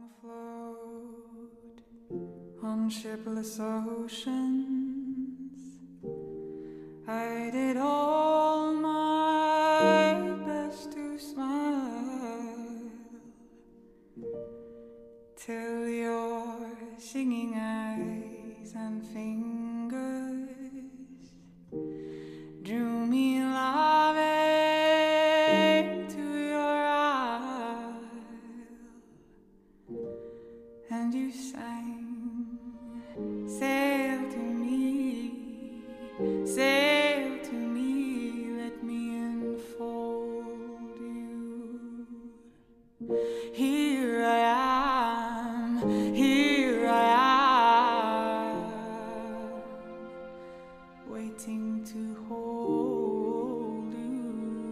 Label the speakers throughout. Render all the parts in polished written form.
Speaker 1: Afloat on shipless oceans, I did all my best to smile, till your singing eyes and fingers drew me loving to your isle, and you sang, sail to me, let me enfold you. Here I am, waiting to hold you.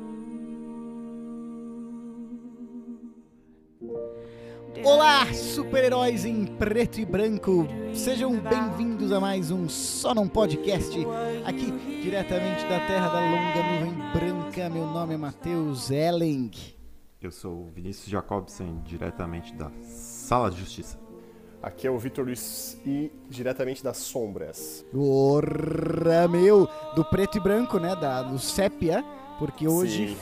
Speaker 2: Olá, super-heróis em preto e branco, sejam bem-vindos a mais um Só Não Podcast, aqui diretamente da terra da longa nuvem branca. Meu nome é Matheus Elling.
Speaker 3: Eu sou o Vinícius Jacobsen, diretamente da Sala de Justiça.
Speaker 4: Aqui é o Vitor Luiz e diretamente das sombras.
Speaker 2: Porra, meu, do preto e branco, né, do sépia, porque hoje...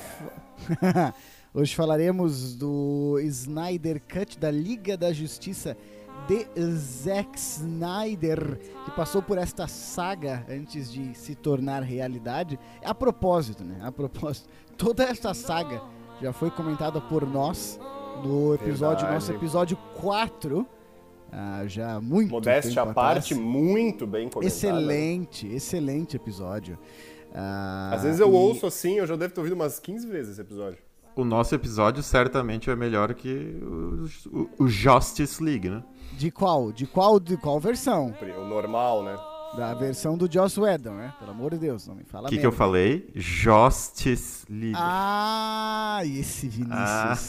Speaker 2: Hoje falaremos do Snyder Cut da Liga da Justiça de Zack Snyder, que passou por esta saga antes de se tornar realidade. A propósito, toda esta saga já foi comentada por nós no episódio, nosso episódio 4, já muito
Speaker 4: modéstia à parte,
Speaker 2: atrás.
Speaker 4: Muito bem comentado.
Speaker 2: Excelente episódio.
Speaker 4: Às vezes eu ouço assim, eu já devo ter ouvido umas 15 vezes esse episódio.
Speaker 3: O nosso episódio certamente é melhor que o Justice League, né?
Speaker 2: De qual versão?
Speaker 4: O normal, né?
Speaker 2: Da versão do Joss Whedon, né? Pelo amor de Deus, não me fala
Speaker 3: O que eu falei? Justice League.
Speaker 2: E esse Vinícius,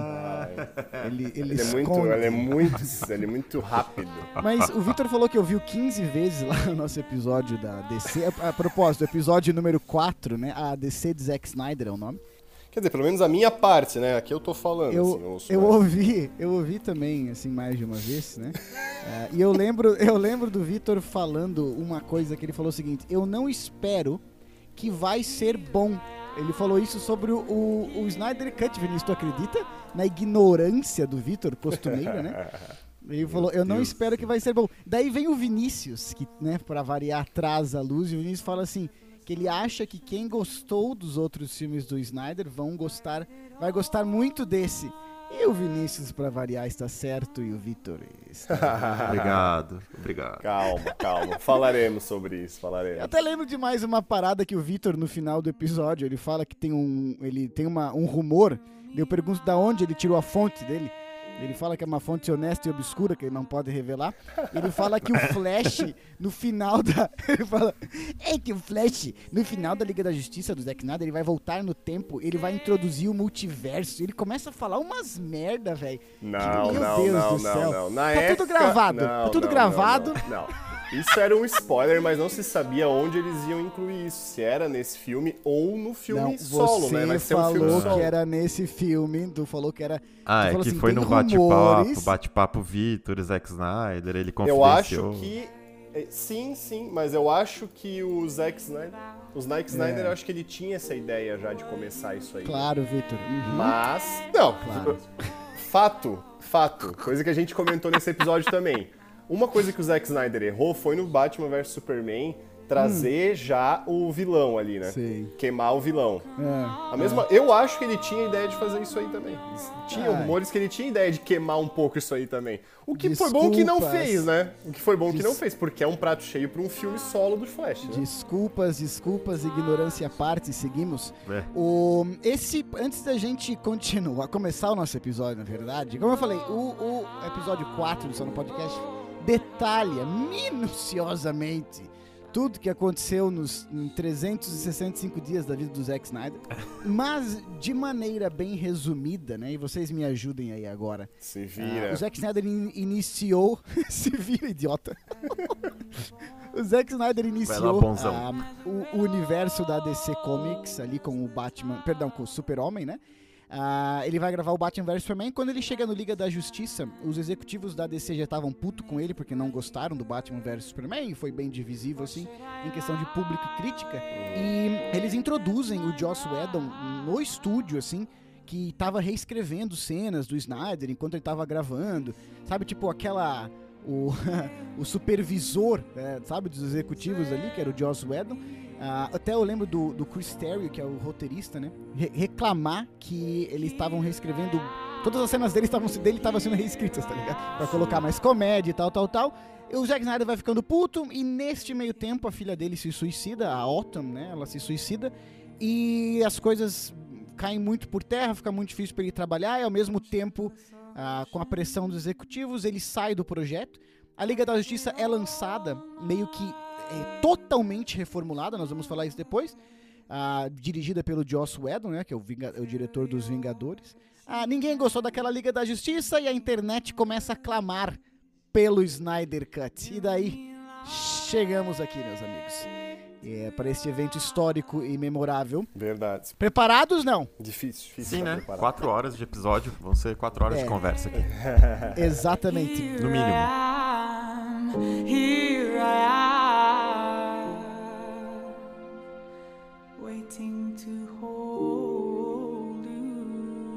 Speaker 2: ele
Speaker 4: é muito rápido.
Speaker 2: Mas o Vitor falou que ouviu 15 vezes lá no nosso episódio da DC. A propósito, episódio número 4, né? A DC de Zack Snyder é o nome.
Speaker 4: Quer dizer, pelo menos a minha parte, né? Aqui eu tô falando.
Speaker 2: Eu ouvi também, assim, mais de uma vez, né? E eu lembro do Vitor falando uma coisa que ele falou o seguinte: eu não espero que vai ser bom. Ele falou isso sobre o Snyder Cut, Vinícius, tu acredita? Na ignorância do Vitor, costumeira, né? Ele falou, eu não espero que vai ser bom. Daí vem o Vinícius, que, né, pra variar, traz a luz, e o Vinícius fala assim, que ele acha que quem gostou dos outros filmes do Snyder vai gostar muito desse. E o Vinícius, pra variar, está certo, e o Vitor está...
Speaker 3: Obrigado.
Speaker 4: Calma. Falaremos sobre isso,
Speaker 2: Eu até lembro de mais uma parada que o Vitor, no final do episódio, ele fala que tem um rumor, e eu pergunto de onde ele tirou a fonte dele. Ele fala que é uma fonte honesta e obscura, que ele não pode revelar. Ele fala que o Flash, no final da... Ele fala... que o Flash, no final da Liga da Justiça do Zack Snyder, ele vai voltar no tempo, ele vai introduzir o multiverso. Ele começa a falar umas merda, velho.
Speaker 4: Não.
Speaker 2: Tá tudo gravado.
Speaker 4: Não. Isso era um spoiler, mas não se sabia onde eles iam incluir isso. Se era nesse filme ou no filme solo, né? Vai ser um filme solo.
Speaker 2: Você falou que era nesse filme, tu falou que era...
Speaker 3: É que
Speaker 2: assim,
Speaker 3: foi no bate-papo Vitor, Zack Snyder, ele confidenciou.
Speaker 4: Eu acho que... Sim, mas eu acho que o Zack Snyder, eu acho que ele tinha essa ideia já de começar isso aí.
Speaker 2: Claro, Vitor. Uhum.
Speaker 4: Mas, não, claro. Fato, coisa que a gente comentou nesse episódio também. Uma coisa que o Zack Snyder errou foi no Batman vs Superman trazer já o vilão ali, né?
Speaker 2: Sim.
Speaker 4: Queimar o vilão. Eu acho que ele tinha ideia de fazer isso aí também. Tinha rumores que ele tinha ideia de queimar um pouco isso aí também. O que foi bom que não fez, né? Que não fez, porque é um prato cheio para um filme solo do Flash, né?
Speaker 2: Desculpas, ignorância à parte, seguimos. Antes da gente começar o nosso episódio, na verdade, como eu falei, o episódio 4 do Só No Podcast detalha minuciosamente tudo que aconteceu em 365 dias da vida do Zack Snyder, mas de maneira bem resumida, né? E vocês me ajudem aí agora.
Speaker 4: Se vira.
Speaker 2: O Zack Snyder iniciou... Se vira, idiota. O Zack Snyder iniciou o universo da DC Comics ali com o Batman... Perdão, com o Super-Homem, né? Ele vai gravar o Batman vs Superman. Quando ele chega no Liga da Justiça, os executivos da DC já estavam puto com ele porque não gostaram do Batman vs Superman, e foi bem divisível assim em questão de público e crítica. E eles introduzem o Joss Whedon no estúdio, assim, que tava reescrevendo cenas do Snyder enquanto ele tava gravando, sabe, tipo o supervisor, sabe, dos executivos ali, que era o Joss Whedon. Até eu lembro do Chris Terrio, que é o roteirista, né, reclamar que eles estavam reescrevendo, todas as cenas dele estavam sendo reescritas, tá ligado? Pra colocar mais comédia e tal. E o Zack Snyder vai ficando puto, e neste meio tempo a filha dele se suicida, a Autumn, né, ela se suicida, e as coisas caem muito por terra, fica muito difícil para ele trabalhar, e ao mesmo tempo, com a pressão dos executivos, ele sai do projeto. A Liga da Justiça é lançada meio que totalmente reformulada, nós vamos falar isso depois, dirigida pelo Joss Whedon, né, que é o diretor dos Vingadores. Ninguém gostou daquela Liga da Justiça e a internet começa a clamar pelo Snyder Cut. E daí chegamos aqui, meus amigos, para este evento histórico e memorável.
Speaker 4: Verdade.
Speaker 2: Preparados, não?
Speaker 4: Difícil.
Speaker 3: Sim, né?
Speaker 4: Preparado.
Speaker 3: 4 horas de episódio, vão ser 4 horas de conversa aqui.
Speaker 2: Exatamente.
Speaker 3: No mínimo.
Speaker 1: Here I am, waiting to hold you.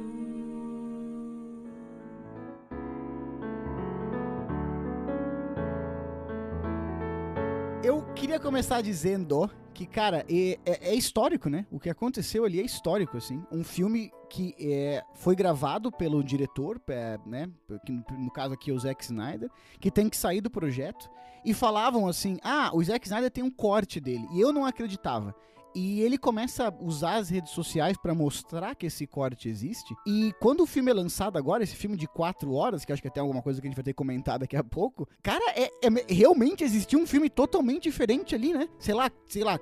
Speaker 2: Eu queria começar dizendo que, cara, é histórico, né? O que aconteceu ali é histórico, assim. Um filme que foi gravado pelo diretor, né? Que no caso aqui é o Zack Snyder, que tem que sair do projeto. E falavam assim, o Zack Snyder tem um corte dele. E eu não acreditava. E ele começa a usar as redes sociais pra mostrar que esse corte existe. E quando o filme é lançado agora, esse filme de 4 horas, que acho que até alguma coisa que a gente vai ter que comentar daqui a pouco, cara, realmente existia um filme totalmente diferente ali, né? Sei lá,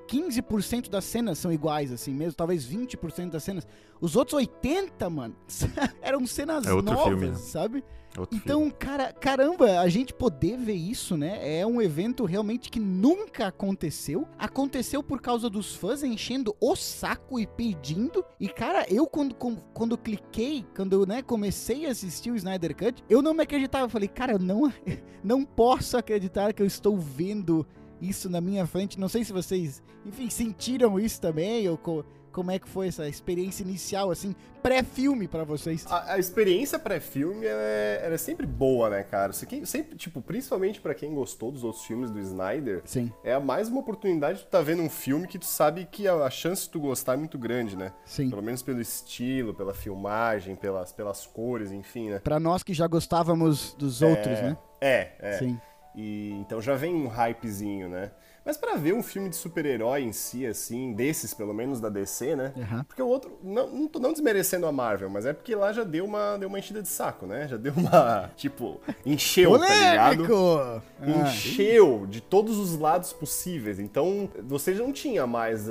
Speaker 2: 15% das cenas são iguais, assim mesmo, talvez 20% das cenas. Os outros 80%, mano, eram cenas novas,
Speaker 3: filme, né?
Speaker 2: Sabe?
Speaker 3: Então,
Speaker 2: filme. Caramba, a gente poder ver isso, né? É um evento realmente que nunca aconteceu. Aconteceu por causa dos fãs enchendo o saco e pedindo. E, cara, eu quando cliquei, quando eu, né, comecei a assistir o Snyder Cut, eu não me acreditava. Eu falei, cara, eu não posso acreditar que eu estou vendo isso na minha frente. Não sei se vocês, enfim, sentiram isso também, ou como é que foi essa experiência inicial, assim, pré-filme pra vocês?
Speaker 4: A experiência pré-filme era sempre boa, né, cara? Sempre, tipo, principalmente pra quem gostou dos outros filmes do Snyder,
Speaker 2: Sim.
Speaker 4: É mais uma oportunidade de tu tá vendo um filme que tu sabe que a chance de tu gostar é muito grande, né?
Speaker 2: Sim.
Speaker 4: Pelo menos pelo estilo, pela filmagem, pelas cores, enfim, né?
Speaker 2: Pra nós que já gostávamos dos outros, né?
Speaker 4: Sim. E então já vem um hypezinho, né? Mas pra ver um filme de super-herói em si, assim, desses, pelo menos da DC, né?
Speaker 2: Uhum.
Speaker 4: Porque o outro, não tô desmerecendo a Marvel, mas é porque lá já deu uma enchida de saco, né? Já deu uma, tipo, encheu,
Speaker 2: Polêmico!
Speaker 4: tá ligado? Encheu de todos os lados possíveis. Então, você já não tinha mais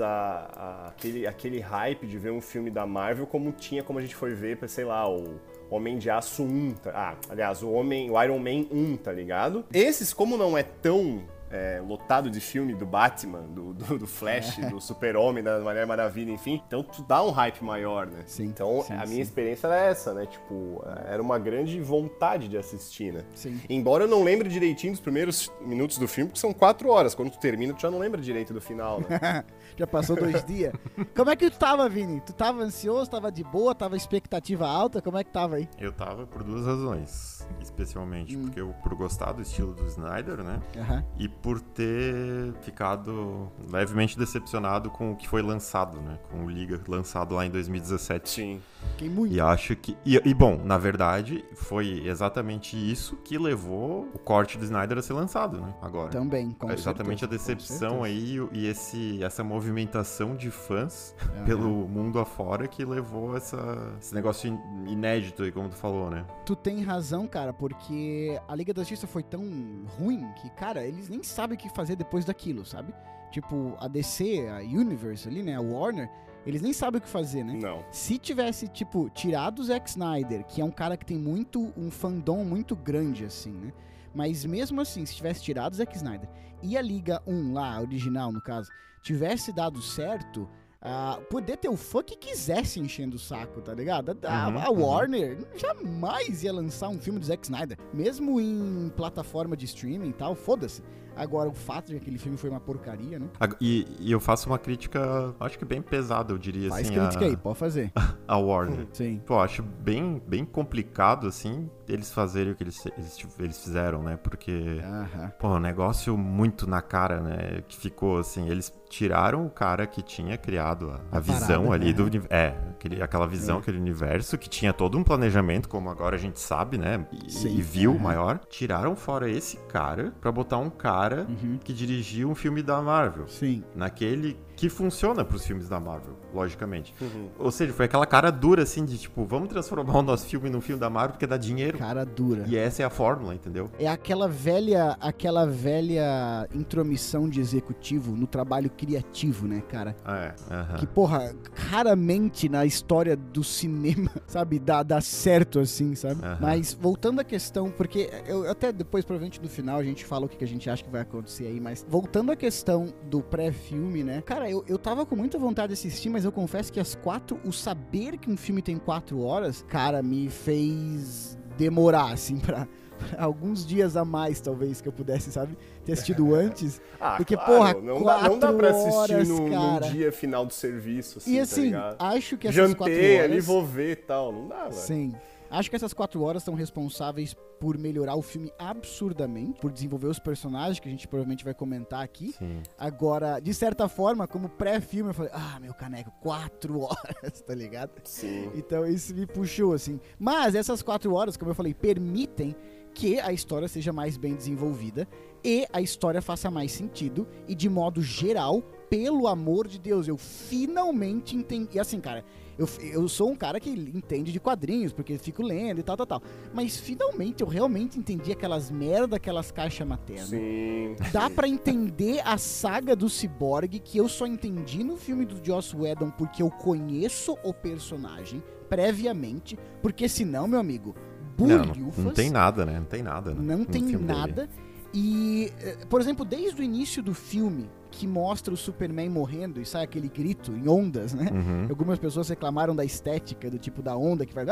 Speaker 4: aquele hype de ver um filme da Marvel como a gente foi ver, sei lá, o Homem de Aço 1, aliás, o Iron Man 1, tá ligado? Esses, como não é tão lotado de filme do Batman, do Flash, do Super-Homem, da Mulher Maravilha, enfim, então tu dá um hype maior, né?
Speaker 2: Sim,
Speaker 4: então
Speaker 2: sim,
Speaker 4: a minha experiência era essa, né? Tipo, era uma grande vontade de assistir, né?
Speaker 2: Sim.
Speaker 4: Embora eu não lembre direitinho dos primeiros minutos do filme, porque são 4 horas, quando tu termina tu já não lembra direito do final, né?
Speaker 2: Já passou 2 dias. Como é que tu tava, Vini? Tu tava ansioso, tava de boa, tava expectativa alta? Como é que tava aí?
Speaker 3: Eu tava por 2 razões, especialmente porque por gostar do estilo do Snyder, né?
Speaker 2: Aham.
Speaker 3: E por ter ficado levemente decepcionado com o que foi lançado, né? Com o Liga lançado lá em 2017.
Speaker 4: Sim.
Speaker 2: Fiquei muito.
Speaker 3: E acho que... E bom, na verdade, foi exatamente isso que levou o corte do Snyder a ser lançado, né? Agora.
Speaker 2: Também, com
Speaker 3: Exatamente
Speaker 2: certeza,
Speaker 3: a decepção aí e essa movimentação de fãs pelo mundo afora que levou esse negócio inédito aí, como tu falou, né?
Speaker 2: Tu tem razão, cara, porque a Liga da Justiça foi tão ruim que, cara, eles nem sabem o que fazer depois daquilo, sabe? Tipo, a DC, a Universe ali, né, a Warner, eles nem sabem o que fazer, né?
Speaker 4: Não.
Speaker 2: Se tivesse, tipo, tirado o Zack Snyder, que é um cara que tem um fandom muito grande, assim, né? Mas mesmo assim, se tivesse tirado o Zack Snyder e a Liga 1 lá, a original no caso, tivesse dado certo, poder ter o fã que quisesse enchendo o saco, tá ligado? A Warner jamais ia lançar um filme do Zack Snyder, mesmo em plataforma de streaming e tal, foda-se. Agora, o fato de que aquele filme foi uma porcaria, né?
Speaker 3: E eu faço uma crítica, acho que bem pesada, eu diria.
Speaker 2: Faz
Speaker 3: assim.
Speaker 2: crítica aí, pode fazer.
Speaker 3: A Warner.
Speaker 2: Sim.
Speaker 3: Pô, acho bem complicado, assim, eles fazerem o que eles fizeram, né? Porque, pô, um negócio muito na cara, né? Que ficou, assim, eles tiraram o cara que tinha criado a visão
Speaker 2: parada,
Speaker 3: ali
Speaker 2: né?
Speaker 3: aquela visão, aquele universo, que tinha todo um planejamento, como agora a gente sabe, né? E viu maior. Tiraram fora esse cara pra botar um cara que dirigiu um filme da Marvel.
Speaker 2: Sim.
Speaker 3: Naquele que funciona pros filmes da Marvel, logicamente. Ou seja, foi aquela cara dura, assim, de tipo, vamos transformar o nosso filme num filme da Marvel porque dá dinheiro.
Speaker 2: Cara dura.
Speaker 3: E essa é a fórmula, entendeu?
Speaker 2: É aquela velha intromissão de executivo no trabalho criativo, né, cara? Que, porra, raramente na história do cinema, sabe, dá certo assim, sabe? Mas, voltando à questão, porque eu até depois, provavelmente no final, a gente fala o que a gente acha que vai acontecer aí, mas voltando à questão do pré-filme, né? Cara, eu tava com muita vontade de assistir, mas eu confesso que o saber que um filme tem 4 horas, cara, me fez demorar, assim, pra alguns dias a mais, talvez, que eu pudesse, sabe, ter assistido antes. Porque,
Speaker 4: claro,
Speaker 2: porra,
Speaker 4: não dá pra assistir
Speaker 2: horas,
Speaker 4: num dia final do serviço, assim,
Speaker 2: e assim,
Speaker 4: tá
Speaker 2: acho que essas 4
Speaker 4: jantei
Speaker 2: horas...
Speaker 4: ali, vou ver e tal, não dá, velho.
Speaker 2: Sim. Acho que essas 4 horas são responsáveis por melhorar o filme absurdamente, por desenvolver os personagens, que a gente provavelmente vai comentar aqui.
Speaker 3: Sim.
Speaker 2: Agora, de certa forma, como pré-filme, eu falei, meu caneco, 4 horas, tá ligado?
Speaker 4: Sim.
Speaker 2: Então isso me puxou, assim. Mas essas 4 horas, como eu falei, permitem que a história seja mais bem desenvolvida e a história faça mais sentido e, de modo geral, pelo amor de Deus, eu finalmente entendi. E assim, cara, eu sou um cara que entende de quadrinhos, porque fico lendo e tal. Mas finalmente eu realmente entendi aquelas merda, aquelas caixas maternas.
Speaker 4: Sim.
Speaker 2: Dá pra entender a saga do Cyborg, que eu só entendi no filme do Joss Whedon porque eu conheço o personagem previamente, porque senão, meu amigo, bulhufas...
Speaker 3: Não tem nada, né? Não tem nada. Né?
Speaker 2: Não tem nada. E, por exemplo, desde o início do filme, que mostra o Superman morrendo e sai aquele grito em ondas, né? Algumas pessoas reclamaram da estética, do tipo da onda que vai...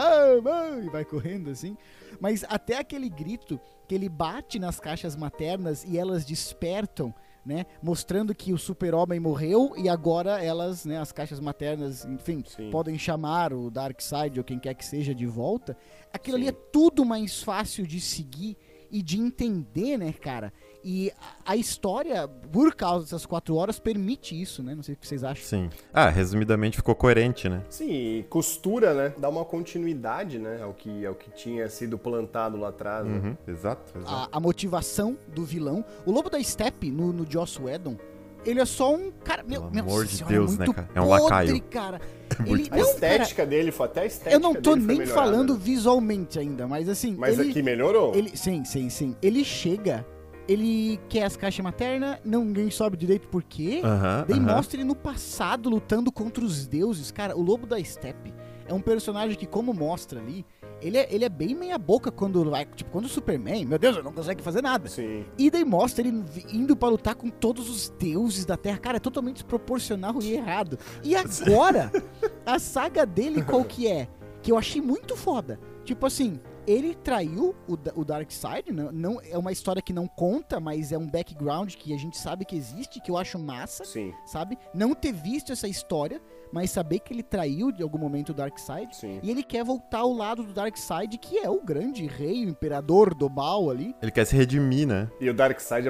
Speaker 2: e vai correndo, assim. Mas até aquele grito que ele bate nas caixas maternas e elas despertam, né? Mostrando que o Super-Homem morreu e agora elas, né, as caixas maternas, enfim, podem chamar o Darkseid ou quem quer que seja de volta. Aquilo ali é tudo mais fácil de seguir e de entender, né, cara? E a história, por causa dessas 4 horas, permite isso, né? Não sei o que vocês acham.
Speaker 3: Sim. Resumidamente ficou coerente, né?
Speaker 4: Sim, e costura, né? Dá uma continuidade, né? Ao que tinha sido plantado lá atrás, né?
Speaker 3: Exato.
Speaker 2: A motivação do vilão. O Lobo da Steppe, no Joss Whedon, ele é só um cara... Pelo
Speaker 3: amor de
Speaker 2: senhora,
Speaker 3: Deus, né, cara? É um
Speaker 2: podre,
Speaker 3: lacaio.
Speaker 2: Cara.
Speaker 4: A estética dele, foi até a estética.
Speaker 2: Eu não tô
Speaker 4: dele
Speaker 2: nem falando visualmente ainda, mas assim...
Speaker 4: Mas aqui melhorou?
Speaker 2: Sim. Ele chega... Ele quer as caixas maternas, ninguém sabe direito por quê. Daí mostra ele no passado lutando contra os deuses. Cara, o Lobo da Steppe é um personagem que, como mostra ali, ele é bem meia boca quando vai, tipo, quando o Superman, meu Deus, ele não consegue fazer nada.
Speaker 4: Sim.
Speaker 2: E daí mostra ele indo pra lutar com todos os deuses da Terra. Cara, é totalmente desproporcional e errado. E agora, a saga dele qual que é? Que eu achei muito foda. Tipo assim... Ele traiu o Darkseid, não é uma história que não conta, mas é um background que a gente sabe que existe, que eu acho massa, sabe? Não ter visto essa história, mas saber que ele traiu de algum momento o Darkseid, e ele quer voltar ao lado do Darkseid, que é o grande rei, o imperador do mal ali.
Speaker 3: Ele quer se redimir, né?
Speaker 4: E o Darkseid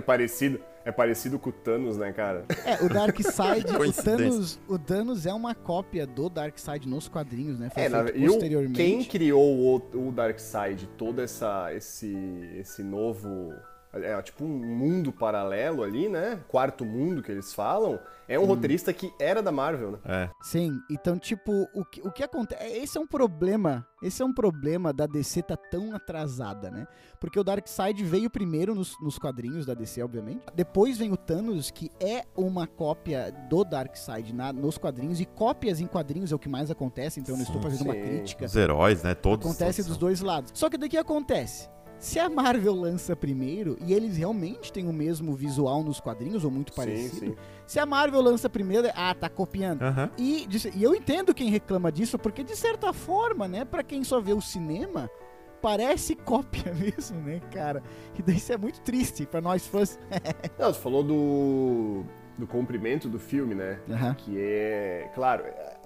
Speaker 4: é parecido com o Thanos, né, cara?
Speaker 2: O Darkseid, o Thanos é uma cópia do Darkseid nos quadrinhos, né? Foi feito posteriormente.
Speaker 4: Quem criou o Darkseid, todo esse novo... tipo um mundo paralelo ali, né? Quarto mundo que eles falam. É um roteirista que era da Marvel, né?
Speaker 2: Sim, então, tipo, o que acontece... Esse é um problema da DC tá tão atrasada, né? Porque o Darkseid veio primeiro nos quadrinhos da DC, obviamente. Depois vem o Thanos, que é uma cópia do Darkseid nos quadrinhos. E cópias em quadrinhos é o que mais acontece, então eu não estou fazendo uma crítica.
Speaker 3: Os heróis, né? Todos.
Speaker 2: Acontece dos dois lados. Só que daí o que acontece? se a Marvel lança primeiro, e eles realmente têm o mesmo visual nos quadrinhos, ou muito parecido,
Speaker 4: sim.
Speaker 2: se a Marvel lança primeiro, tá copiando. E eu entendo quem reclama disso, porque de certa forma, né, pra quem só vê o cinema, parece cópia mesmo, né, cara? E daí isso é muito triste pra nós fãs.
Speaker 4: Não, tu falou do comprimento do filme, né? Que é, claro,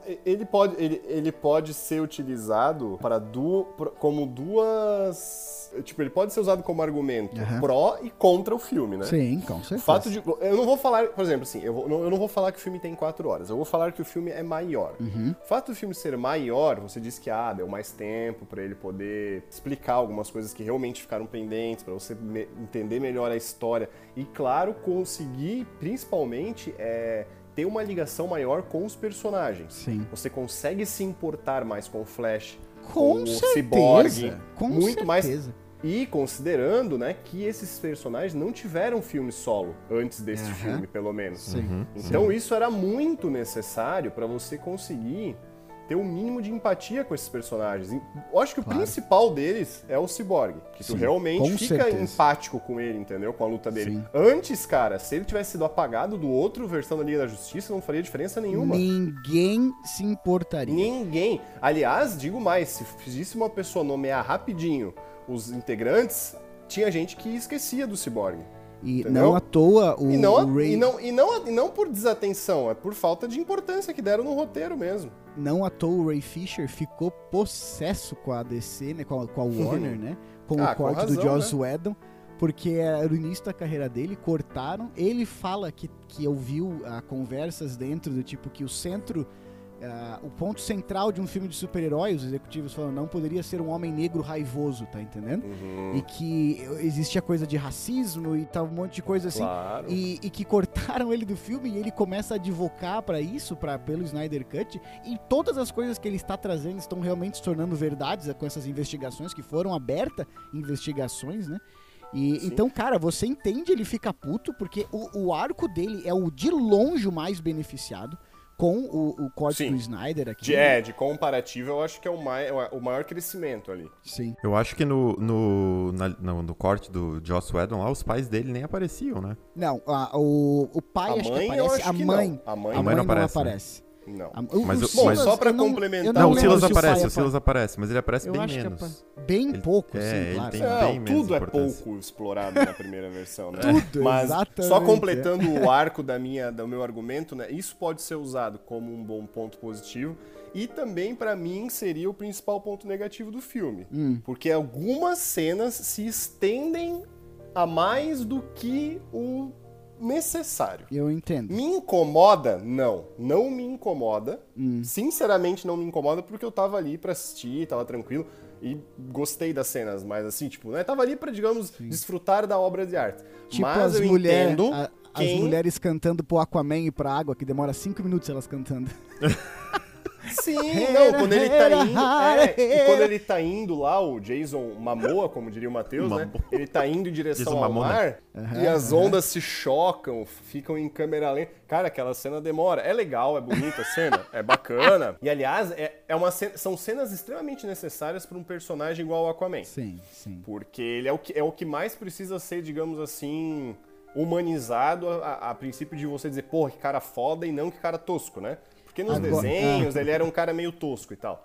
Speaker 4: ele pode ser utilizado como duas... Tipo, ele pode ser usado como argumento pró e contra o filme, né?
Speaker 2: Sim, com certeza.
Speaker 4: O fato de... Eu não vou falar, por exemplo, assim, eu não vou falar que o filme tem 4 horas, eu vou falar que o filme é maior. O fato do filme ser maior, você disse que, deu mais tempo pra ele poder explicar algumas coisas que realmente ficaram pendentes, pra você entender melhor a história. E, claro, conseguir, principalmente, ter uma ligação maior com os personagens.
Speaker 2: Sim.
Speaker 4: Você consegue se importar mais com o Flash,
Speaker 2: com
Speaker 4: o
Speaker 2: certeza,
Speaker 4: Cyborg,
Speaker 2: com
Speaker 4: muito
Speaker 2: certeza.
Speaker 4: mais. E considerando, né, que esses personagens não tiveram filme solo antes desse filme, pelo menos.
Speaker 2: Sim.
Speaker 4: Então isso era muito necessário para você conseguir ter um mínimo de empatia com esses personagens. Eu acho que o principal deles é o Cyborg, que tu realmente fica empático com ele, entendeu? Com a luta dele.
Speaker 2: Sim.
Speaker 4: Antes, cara, se ele tivesse sido apagado do outro versão da Liga da Justiça, não faria diferença nenhuma.
Speaker 2: Ninguém se importaria.
Speaker 4: Ninguém. Aliás, digo mais, se fizesse uma pessoa nomear rapidinho os integrantes, tinha gente que esquecia do Cyborg.
Speaker 2: E
Speaker 4: entendeu?
Speaker 2: não à toa o Ray...
Speaker 4: E não por desatenção, é por falta de importância que deram no roteiro mesmo.
Speaker 2: Não à toa o Ray Fisher ficou possesso com a DC, né, com a Warner, né? Com o corte do Joss Whedon, porque era o início da carreira dele, cortaram. Ele fala que ouviu conversas dentro do tipo que o centro... o ponto central de um filme de super-herói, os executivos falam, não poderia ser um homem negro raivoso, tá entendendo? E que existia coisa de racismo e tal, um monte de coisa assim.
Speaker 4: Claro.
Speaker 2: E que cortaram ele do filme e ele começa a advocar pra isso, pelo Snyder Cut, e todas as coisas que ele está trazendo estão realmente se tornando verdades com essas investigações que foram abertas, investigações, né? Então, cara, você entende, ele fica puto, porque o arco dele é o de longe o mais beneficiado, com o corte do Snyder aqui.
Speaker 4: De comparativo, eu acho que é o maior crescimento ali.
Speaker 2: Sim.
Speaker 3: Eu acho que no corte do Joss Whedon lá, os pais dele nem apareciam, né?
Speaker 2: Não, o pai acho que aparece, a mãe não aparece.
Speaker 4: Não.
Speaker 3: Mas
Speaker 4: só pra complementar...
Speaker 3: Não, o Silas aparece, mas ele aparece bem menos.
Speaker 2: Bem pouco,
Speaker 3: assim,
Speaker 2: claro.
Speaker 3: Bem
Speaker 4: tudo é pouco explorado na primeira versão, né? Tudo, mas exatamente. Só completando o arco do meu argumento, né? Isso pode ser usado como um bom ponto positivo e também, pra mim, seria o principal ponto negativo do filme. Porque algumas cenas se estendem a mais do que o necessário.
Speaker 2: Eu entendo.
Speaker 4: Me incomoda? Não me incomoda. Sinceramente não me incomoda porque eu tava ali pra assistir, tava tranquilo e gostei das cenas, mas assim, tipo, né, tava ali pra, digamos, desfrutar da obra de arte.
Speaker 2: Tipo,
Speaker 4: mas eu entendo
Speaker 2: as mulheres cantando pro Aquaman e pra água, que demora 5 minutos elas cantando.
Speaker 4: Sim, não, quando ele tá indo. E quando ele tá indo lá, o Jason Momoa, como diria o Matheus, né? Ele tá indo em direção ao mar e as ondas se chocam, ficam em câmera lenta. Cara, aquela cena demora. É legal, é bonita a cena, é bacana. E aliás, são cenas extremamente necessárias pra um personagem igual ao Aquaman.
Speaker 2: Sim.
Speaker 4: Porque ele é o que mais precisa ser, digamos assim, humanizado a princípio de você dizer, porra, que cara foda e não que cara tosco, né? Porque nos desenhos ele era um cara meio tosco e tal.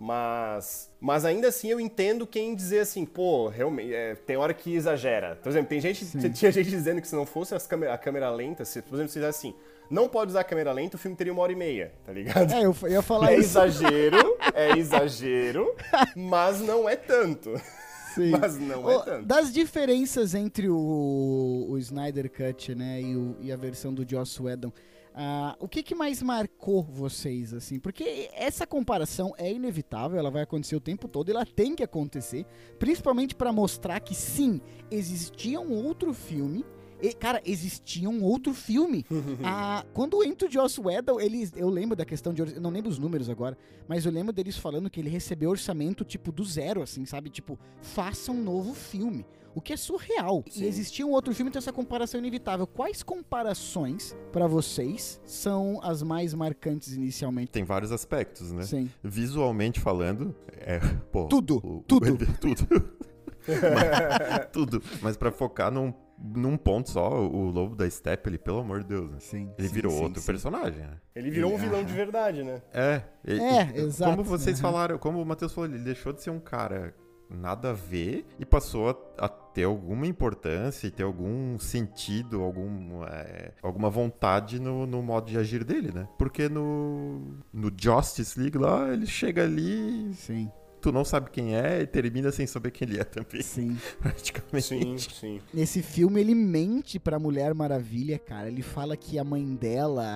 Speaker 4: Mas ainda assim eu entendo quem dizer assim, pô, realmente, tem hora que exagera. Por exemplo, tinha gente dizendo que se não fosse a câmera lenta, se, por exemplo, se fizesse assim, não pode usar a câmera lenta, o filme teria 1h30, tá ligado?
Speaker 2: Eu ia falar isso.
Speaker 4: É exagero, mas não é tanto.
Speaker 2: Sim.
Speaker 4: Mas não é tanto.
Speaker 2: Das diferenças entre o Snyder Cut, né, e a versão do Joss Whedon, o que mais marcou vocês, assim? Porque essa comparação é inevitável, ela vai acontecer o tempo todo, ela tem que acontecer, principalmente para mostrar que sim, existia um outro filme. Existia um outro filme. Quando entra o Joss Whedon, eu lembro da questão de... Eu não lembro os números agora, mas eu lembro deles falando que ele recebeu orçamento, tipo, do zero, assim, sabe? Tipo, faça um novo filme. O que é surreal. Sim. E existia um outro filme, então essa comparação é inevitável. Quais comparações, pra vocês, são as mais marcantes inicialmente?
Speaker 3: Tem vários aspectos, né?
Speaker 2: Sim.
Speaker 3: Visualmente falando,
Speaker 2: tudo.
Speaker 3: Tudo. Tudo. Mas pra focar num ponto só, o Lobo da Steppe, ele, pelo amor de Deus, né? Ele virou outro personagem, né?
Speaker 4: Ele virou um vilão de verdade, né?
Speaker 2: Exato.
Speaker 3: Como vocês falaram, como o Matheus falou, ele deixou de ser um cara nada a ver e passou a ter alguma importância e ter algum sentido, alguma vontade no modo de agir dele, né? Porque no Justice League lá, ele chega ali...
Speaker 2: Sim.
Speaker 3: Tu não sabe quem é e termina sem saber quem ele é também.
Speaker 2: Sim.
Speaker 3: Praticamente.
Speaker 4: Sim.
Speaker 2: Nesse filme, ele mente pra Mulher Maravilha, cara. Ele fala que a mãe dela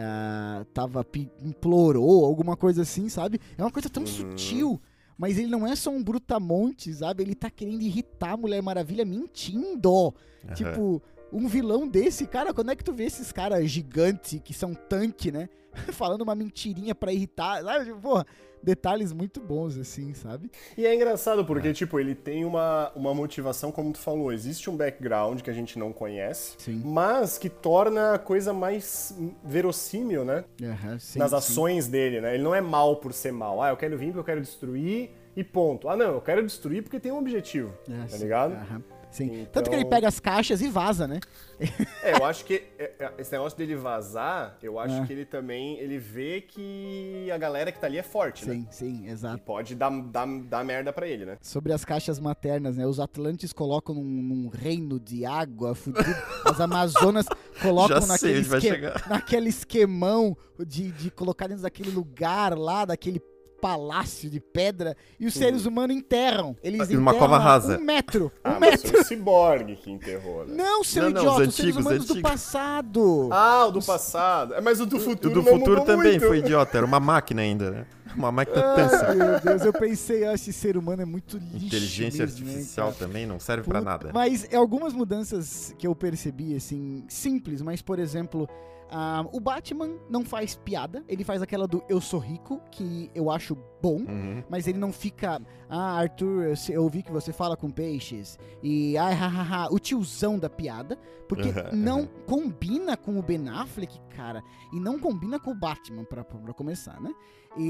Speaker 2: implorou, alguma coisa assim, sabe? É uma coisa tão sutil. Mas ele não é só um brutamonte, sabe? Ele tá querendo irritar a Mulher Maravilha mentindo. Tipo, um vilão desse, cara, quando é que tu vê esses caras gigantes que são tanque, né? Falando uma mentirinha pra irritar, sabe? Porra, detalhes muito bons, assim, sabe?
Speaker 4: E é engraçado porque, tipo, ele tem uma motivação, como tu falou, existe um background que a gente não conhece,
Speaker 2: Sim.
Speaker 4: mas que torna a coisa mais verossímil, né?
Speaker 2: Sim,
Speaker 4: nas ações dele, né? Ele não é mal por ser mal. Eu quero vir porque eu quero destruir e ponto. Não, eu quero destruir porque tem um objetivo, tá ligado?
Speaker 2: Sim.
Speaker 4: Então...
Speaker 2: Tanto que ele pega as caixas e vaza, né?
Speaker 4: Eu acho que esse negócio dele vazar, eu acho que ele também, ele vê que a galera que tá ali é forte, né?
Speaker 2: Sim, exato.
Speaker 4: E pode dar merda pra ele, né?
Speaker 2: Sobre as caixas maternas, né? Os Atlantes colocam num reino de água fudido. As Amazonas colocam naquele esquemão de colocar dentro daquele lugar lá, daquele palácio de pedra, e os seres humanos enterram. Eles enterram
Speaker 3: uma cova rasa.
Speaker 2: Um metro.
Speaker 4: Mas foi o Cyborg que enterrou, né?
Speaker 2: Não, seu idiota, os seres humanos do passado.
Speaker 4: O do passado. Mas o do futuro
Speaker 3: O do futuro também
Speaker 4: muito.
Speaker 3: foi idiota, era uma máquina ainda, né? Uma máquina tensa.
Speaker 2: Meu Deus, eu pensei, esse ser humano é muito lixo.
Speaker 3: Inteligência
Speaker 2: mesmo,
Speaker 3: artificial também não serve pra nada.
Speaker 2: Mas algumas mudanças que eu percebi, assim, simples, mas, por exemplo... o Batman não faz piada, ele faz aquela do eu sou rico, que eu acho bom, mas ele não fica, Arthur, eu ouvi que você fala com peixes, e o tiozão da piada, porque não combina com o Ben Affleck, cara, e não combina com o Batman, pra começar, né?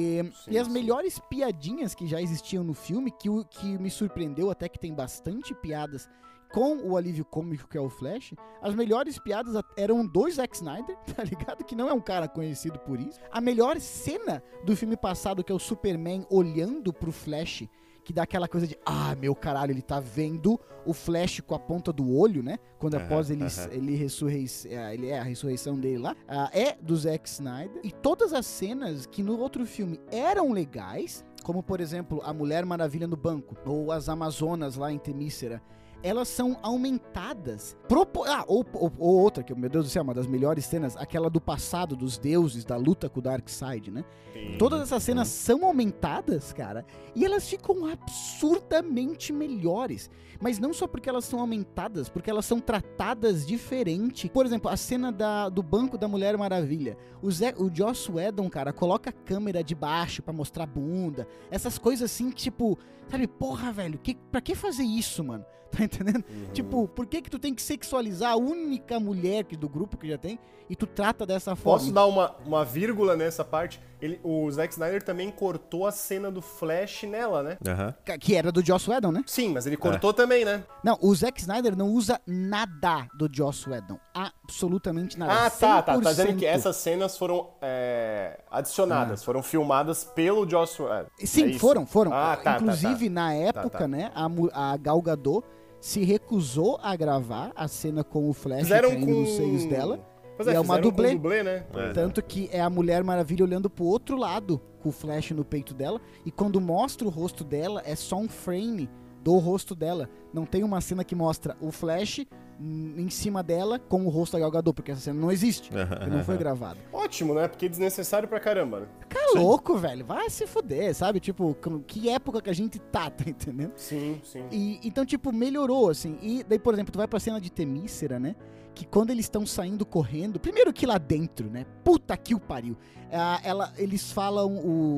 Speaker 2: E as melhores piadinhas que já existiam no filme, que me surpreendeu até que tem bastante piadas com o alívio cômico que é o Flash, as melhores piadas eram do Zack Snyder, tá ligado? Que não é um cara conhecido por isso. A melhor cena do filme passado, que é o Superman olhando pro Flash, que dá aquela coisa de, meu caralho, ele tá vendo o Flash com a ponta do olho, né? Quando após a ressurreição dele lá, é do Zack Snyder. E todas as cenas que no outro filme eram legais, como por exemplo, a Mulher Maravilha no banco, ou as Amazonas lá em Temícera, elas são aumentadas. Ou outra, que, meu Deus do céu, uma das melhores cenas, aquela do passado, dos deuses, da luta com o Darkseid, né? Todas essas cenas são aumentadas, cara, e elas ficam absurdamente melhores. Mas não só porque elas são aumentadas, porque elas são tratadas diferente. Por exemplo, a cena do banco da Mulher Maravilha. O Joss Whedon, cara, coloca a câmera de baixo pra mostrar a bunda. Essas coisas assim que, tipo, sabe, porra, velho, pra que fazer isso, mano? Tá entendendo? Tipo, por que tu tem que sexualizar a única mulher do grupo que já tem e tu trata dessa forma?
Speaker 4: Posso dar uma vírgula nessa parte? O Zack Snyder também cortou a cena do Flash nela, né?
Speaker 2: Que era do Joss Whedon, né?
Speaker 4: Sim, mas ele cortou também, né?
Speaker 2: Não, o Zack Snyder não usa nada do Joss Whedon. Absolutamente nada.
Speaker 4: Tá dizendo que essas cenas foram adicionadas, foram filmadas pelo Joss Whedon.
Speaker 2: Sim, foram. Inclusive, na época, né, a Gal Gadot se recusou a gravar a cena com o Flash caindo nos seios dela.
Speaker 4: Pois
Speaker 2: e é uma dublê,
Speaker 4: né?
Speaker 2: Tanto que é a Mulher Maravilha olhando pro outro lado, com o Flash no peito dela, e quando mostra o rosto dela, é só um frame do rosto dela. Não tem uma cena que mostra o Flash em cima dela com o rosto da Gal Gadot, porque essa cena não existe, porque não foi gravada.
Speaker 4: Ótimo, né? Porque é desnecessário pra caramba, né?
Speaker 2: Cara, louco, velho. Vai se fuder, sabe? Tipo, que época que a gente tá entendendo?
Speaker 4: Sim.
Speaker 2: Então, tipo, melhorou, assim. E daí, por exemplo, tu vai pra cena de Temícera, né? Que quando eles estão saindo correndo, primeiro que lá dentro, né? Puta que o pariu. Eles falam,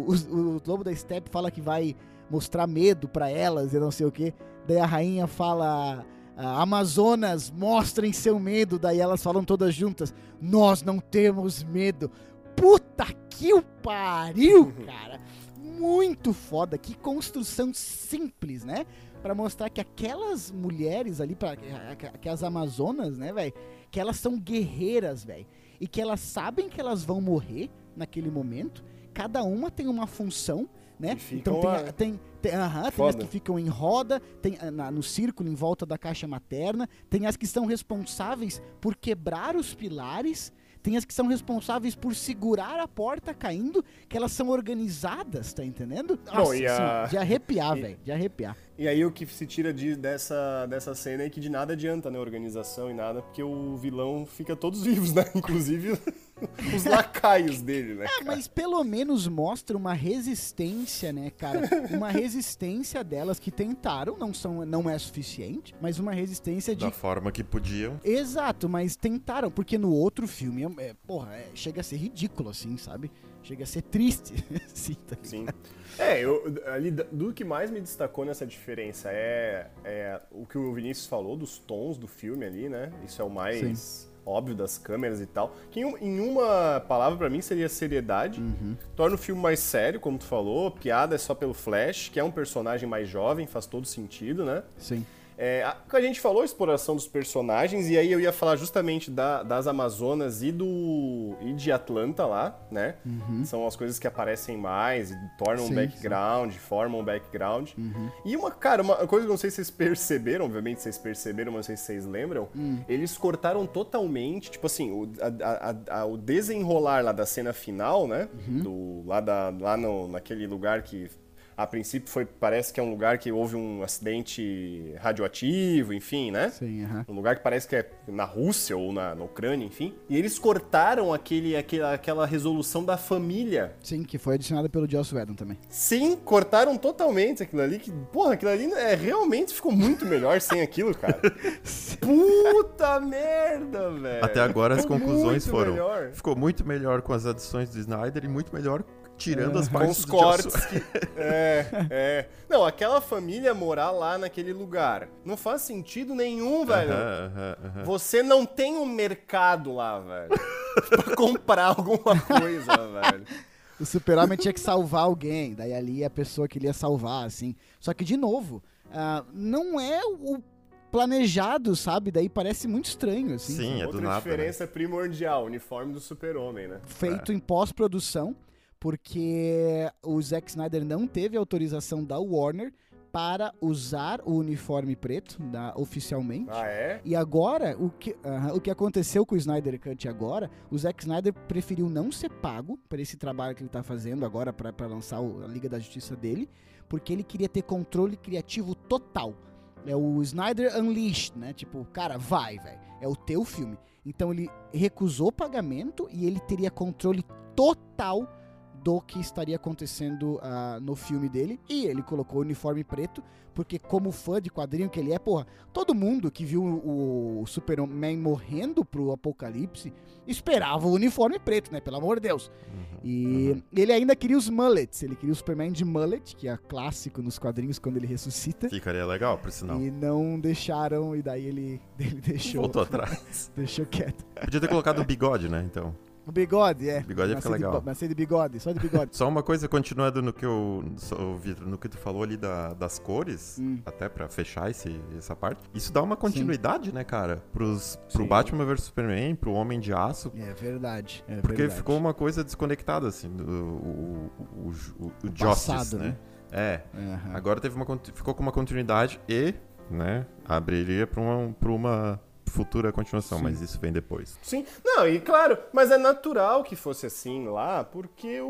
Speaker 2: o Lobo da Steppe fala que vai mostrar medo pra elas e não sei o quê. Daí a rainha fala, Amazonas, mostrem seu medo. Daí elas falam todas juntas, nós não temos medo. Puta que o pariu, cara. Muito foda, que construção simples, né? pra mostrar que aquelas mulheres ali, que as amazonas, né, velho, que elas são guerreiras, velho, e que elas sabem que elas vão morrer naquele momento, cada uma tem uma função, né? Então tem as que ficam em roda, tem no círculo em volta da caixa materna, tem as que são responsáveis por quebrar os pilares, tem as que são responsáveis por segurar a porta caindo, que elas são organizadas, tá entendendo? Nossa, de arrepiar, velho, de arrepiar.
Speaker 4: E aí o que se tira dessa cena é que de nada adianta, né, organização e nada, porque o vilão fica todos vivos, né? Inclusive os lacaios dele, né?
Speaker 2: Mas pelo menos mostra uma resistência, né, cara? Uma resistência delas que tentaram, não é suficiente, mas uma resistência
Speaker 3: da forma que podiam.
Speaker 2: Exato, mas tentaram, porque no outro filme, chega a ser ridículo, assim, sabe? Chega a ser triste, assim, tá?
Speaker 4: Sim. Ali, do que mais me destacou nessa diferença é o que o Vinícius falou, dos tons do filme ali, né? Isso é o mais óbvio das câmeras e tal. Que em uma palavra pra mim seria seriedade. Torna o filme mais sério, como tu falou. Piada é só pelo Flash, que é um personagem mais jovem, faz todo sentido, né?
Speaker 2: Sim.
Speaker 4: A gente falou exploração dos personagens, e aí eu ia falar justamente das Amazonas e de Atlanta lá, né? São as coisas que aparecem mais e tornam um background, formam um background. E uma coisa que eu não sei se vocês perceberam, obviamente vocês perceberam, mas não sei se vocês lembram, eles cortaram totalmente, tipo assim, o desenrolar lá da cena final, né? Naquele lugar que a princípio parece que é um lugar que houve um acidente radioativo, enfim, né?
Speaker 2: Sim,
Speaker 4: Um lugar que parece que é na Rússia ou na Ucrânia, enfim. E eles cortaram aquela resolução da família.
Speaker 2: Sim, que foi adicionada pelo Joss Whedon também.
Speaker 4: Sim, cortaram totalmente aquilo ali. Aquilo ali realmente ficou muito melhor sem aquilo, cara. Puta merda, velho.
Speaker 3: Até agora as conclusões foram...
Speaker 4: Melhor.
Speaker 3: Ficou muito melhor com as adições do Snyder e muito melhor tirando as partes
Speaker 4: com os cortes que... Não, aquela família morar lá naquele lugar não faz sentido nenhum, velho. Você não tem um mercado lá, velho, pra comprar alguma coisa, velho.
Speaker 2: O Super-Homem tinha que salvar alguém, daí ali a pessoa que ele ia salvar, assim. Só que, de novo, não é o planejado, sabe? Daí parece muito estranho, assim.
Speaker 3: Sim,
Speaker 4: Outra
Speaker 3: do nada,
Speaker 4: diferença primordial, o uniforme do Super-Homem, né?
Speaker 2: Feito em pós-produção, porque o Zack Snyder não teve autorização da Warner para usar o uniforme preto oficialmente.
Speaker 4: Ah, é?
Speaker 2: E agora, o que aconteceu com o Snyder Cut agora, o Zack Snyder preferiu não ser pago por esse trabalho que ele tá fazendo agora para lançar a Liga da Justiça dele, porque ele queria ter controle criativo total. É o Snyder Unleashed, né? Tipo, cara, vai, velho. É o teu filme. Então ele recusou o pagamento e ele teria controle total do que estaria acontecendo no filme dele. E ele colocou o uniforme preto, porque como fã de quadrinho que ele é, todo mundo que viu o Superman morrendo pro Apocalipse esperava o uniforme preto, né? Pelo amor de Deus. E ele ainda queria os mullets, ele queria o Superman de mullet, que é clássico nos quadrinhos quando ele ressuscita.
Speaker 3: Ficaria legal, por sinal.
Speaker 2: E não deixaram, e daí ele deixou.
Speaker 3: Voltou atrás.
Speaker 2: Deixou quieto.
Speaker 3: Podia ter colocado o bigode, né, então.
Speaker 2: O bigode,
Speaker 3: O bigode ia ficar legal.
Speaker 2: Mas de bigode, só de bigode.
Speaker 3: Só uma coisa, continuando no que Vitor, no que tu falou ali das cores, até pra fechar essa parte. Isso dá uma continuidade, né, cara? Pro Batman vs Superman, pro Homem de Aço.
Speaker 2: É verdade.
Speaker 3: Porque ficou uma coisa desconectada, assim, o Justice, né? Agora ficou com uma continuidade e, né, abriria pra uma futura continuação, mas isso vem depois.
Speaker 4: Sim, não, e claro, mas é natural que fosse assim lá, porque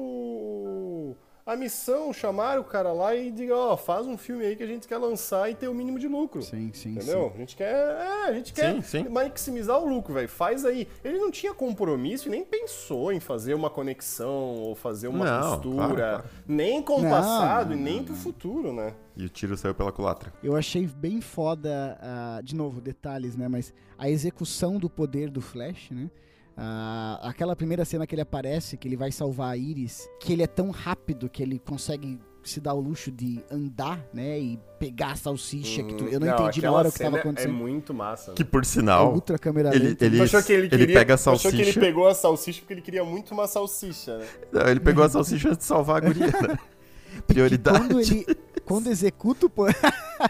Speaker 4: a missão, chamar o cara lá e diga, faz um filme aí que a gente quer lançar e ter o mínimo de lucro.
Speaker 2: Sim,
Speaker 4: entendeu?
Speaker 2: Sim.
Speaker 4: A gente quer maximizar o lucro, velho. Faz aí. Ele não tinha compromisso e nem pensou em fazer uma conexão ou fazer uma costura, claro. Nem com o passado e nem pro futuro, né?
Speaker 3: E o tiro saiu pela culatra.
Speaker 2: Eu achei bem foda, de novo, detalhes, né? Mas a execução do poder do Flash, né? Aquela primeira cena que ele aparece, que ele vai salvar a Iris, que ele é tão rápido que ele consegue se dar o luxo de andar, né? E pegar a salsicha. Eu não entendi na hora o que tava acontecendo.
Speaker 4: É muito massa.
Speaker 3: Que por sinal,
Speaker 2: ultra câmera lenta.
Speaker 3: Ele pega a salsicha.
Speaker 4: Achou que ele pegou a salsicha porque ele queria muito uma salsicha, né?
Speaker 3: Não, ele pegou a salsicha antes de salvar a guria, né? Prioridade.
Speaker 2: Quando executa o poder...